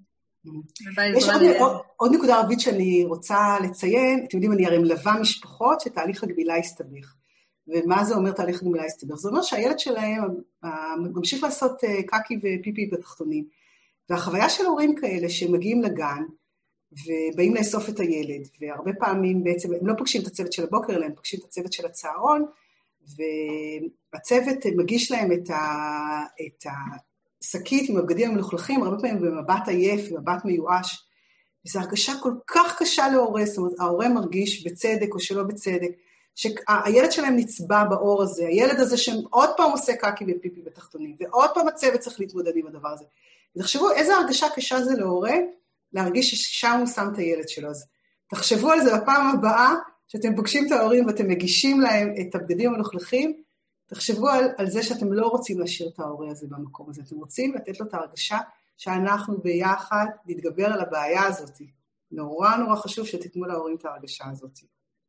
יש עוד, עוד, עוד נקודה רבית שאני רוצה לציין, אתם יודעים, אני הרי מלווה משפחות שתהליך הגמילה יסתבך. ומה זה אומר תהליך גמילה יסתבך? זה אומר שהילד שלהם ממשיך לעשות קקי ופיפי בתחתונים. והחוויה של הורים כאלה שמגיעים לגן, ובאים לאסוף את הילד, והרבה פעמים בעצם הם לא פגשים את הצוות של הבוקר, אלא הם פגשים את הצוות של הצהרון, והצוות מגיש להם את, ה, את השקית עם הבגדים המלוכלכים, הרבה פעמים במבט עייף, במבט מיואש, וזו הרגשה כל כך קשה להורה, זאת אומרת, ההורה מרגיש בצדק או שלא בצדק, שהילד שלהם נצבע באור הזה, הילד הזה שעוד פעם עושה קקי ופיפי בתחתונים, ועוד פעם הצוות צריך להתמודד עם הדבר הזה. ותחשבו איזה הרגשה קשה זה להורה, להרגיש ששם הוא שם את הילד שלו. אז תחשבו על זה בפעם הבאה, שאתם פוגשים את ההורים ואתם מגישים להם את הבגדים המלוכלכים, תחשבו על, על זה שאתם לא רוצים להשאיר את ההורה הזה במקום הזה, אתם רוצים לתת לו את ההרגשה שאנחנו ביחד נתגבר על הבעיה הזאת. נורא נורא חשוב שתתנו להורים את ההרגשה הזאת.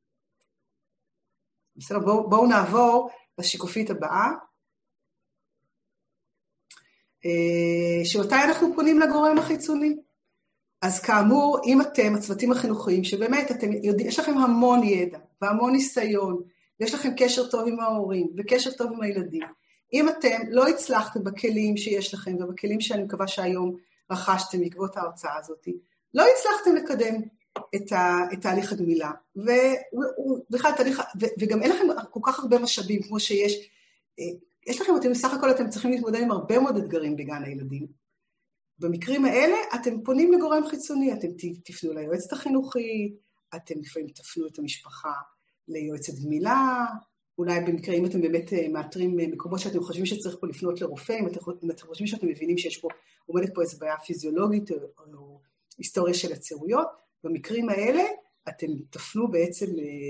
בסדר, בואו, בואו נעבור לשיקופית הבאה, שאותה אנחנו פונים לגורם החיצוני. אז כאמור, אם אתם, הצוותים החינוכיים, שבאמת אתם יודעים, יש לכם המון ידע והמון ניסיון, ויש לכם קשר טוב עם ההורים וקשר טוב עם הילדים, אם אתם לא הצלחתם בכלים שיש לכם, ובכלים שאני מקווה שהיום רכשתם בעקבות ההרצאה הזאת, לא הצלחתם לקדם את, ה, את תהליך הגמילה, ובכלל תהליך, ו, וגם אין לכם כל כך הרבה משאבים כמו שיש, יש לכם, אתם בסך הכל אתם צריכים להתמודד עם הרבה מאוד אתגרים בגן הילדים. במקרים האלה אתם פונים לגורם חיצוני, אתם תפנו ליועצת החינוכית, אתם לפעמים תפנו את המשפחה ליועצת גמילה, אולי במקרה אם אתם באמת מאתרים מקומות שאתם חושבים שצריך פה לפנות לרופא, אם אתם, אם אתם חושבים שאתם מבינים שיש פה, עומדת פה איזו בעיה פיזיולוגית או, או היסטוריה של הצירויות, במקרים האלה אתם תפנו בעצם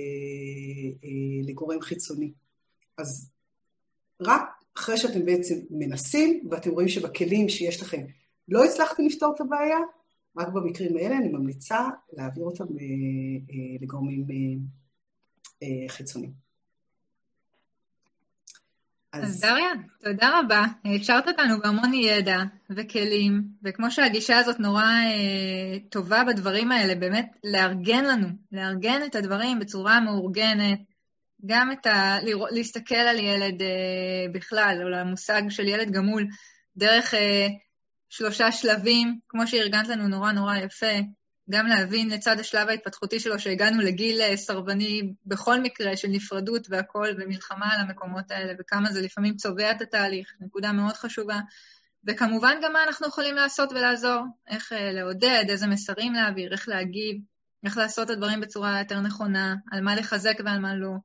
לגורם חיצוני. אז רק אחרי שאתם בעצם מנסים, ואתם רואים שבכלים שיש לכם לא הצלחתם לפתור את הבעיה, רק במקרים האלה אני ממליצה להעביר אותם לגורמים חיצוניים. אז דריה, תודה רבה. אפשרת אותנו בהמון ידע וכלים, וכמו שהגישה הזאת נורא אה, טובה בדברים האלה, באמת לארגן לנו, לארגן את הדברים בצורה מאורגנת, גם את ה... להסתכל על ילד אה, בכלל, או למושג של ילד גמול, דרך אה, שלושה שלבים, כמו שארגנת לנו נורא נורא יפה, גם להבין לצד השלב ההתפתחותי שלו, שהגענו לגיל סרבני בכל מקרה של נפרדות והכל, ומלחמה על המקומות האלה, וכמה זה לפעמים צובע את התהליך, נקודה מאוד חשובה. וכמובן גם מה אנחנו יכולים לעשות ולעזור, איך לעודד, איזה מסרים להעביר, איך להגיב, איך לעשות את הדברים בצורה יותר נכונה, על מה לחזק ועל מה לא.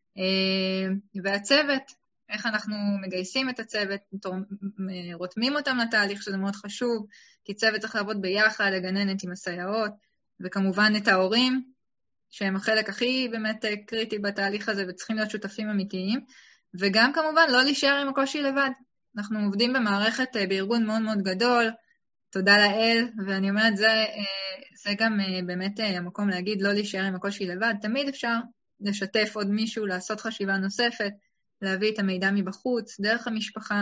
והצוות, איך אנחנו מגייסים את הצוות, רותמים אותם לתהליך, שזה מאוד חשוב, כי צוות צריך לעבוד ביחד, לגננת עם הסייעות, וכמובן את ההורים, שהם החלק הכי באמת קריטי בתהליך הזה, וצריכים להיות שותפים אמיתיים, וגם כמובן לא להישאר עם הקושי לבד. אנחנו עובדים במערכת, בארגון מאוד מאוד גדול, תודה לאל, ואני אומרת, זה, זה גם באמת המקום להגיד, לא להישאר עם הקושי לבד, תמיד אפשר לשתף עוד מישהו, לעשות חשיבה נוספת, להביא את המידע מבחוץ, דרך המשפחה.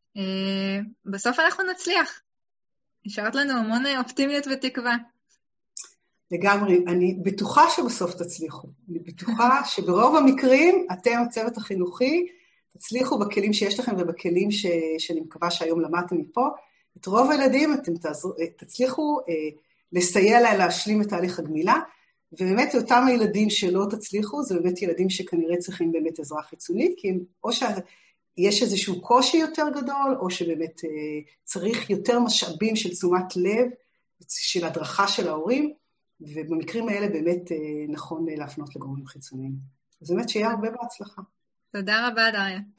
בסוף אנחנו נצליח. השארת לנו המון אופטימיות ותקווה. לגמרי, אני בטוחה שבסוף תצליחו. אני בטוחה שברוב המקרים, אתם, הצוות החינוכי, תצליחו בכלים שיש לכם ובכלים ש... שאני מקווה שהיום למדתם מפה. את רוב הילדים אתם תעזרו, תצליחו לסייע לה להשלים את תהליך הגמילה, ובאמת אותם הילדים שלא תצליחו, זה באמת ילדים שכנראה צריכים באמת עזרה חיצונית, כי הם, או שיש איזשהו קושי יותר גדול, או שבאמת צריך יותר משאבים של תשומת לב, של הדרכה של ההורים, ובמקרים האלה באמת נכון להפנות לגורמים חיצוניים. אז באמת שיהיה הרבה בהצלחה. תודה רבה, דריה.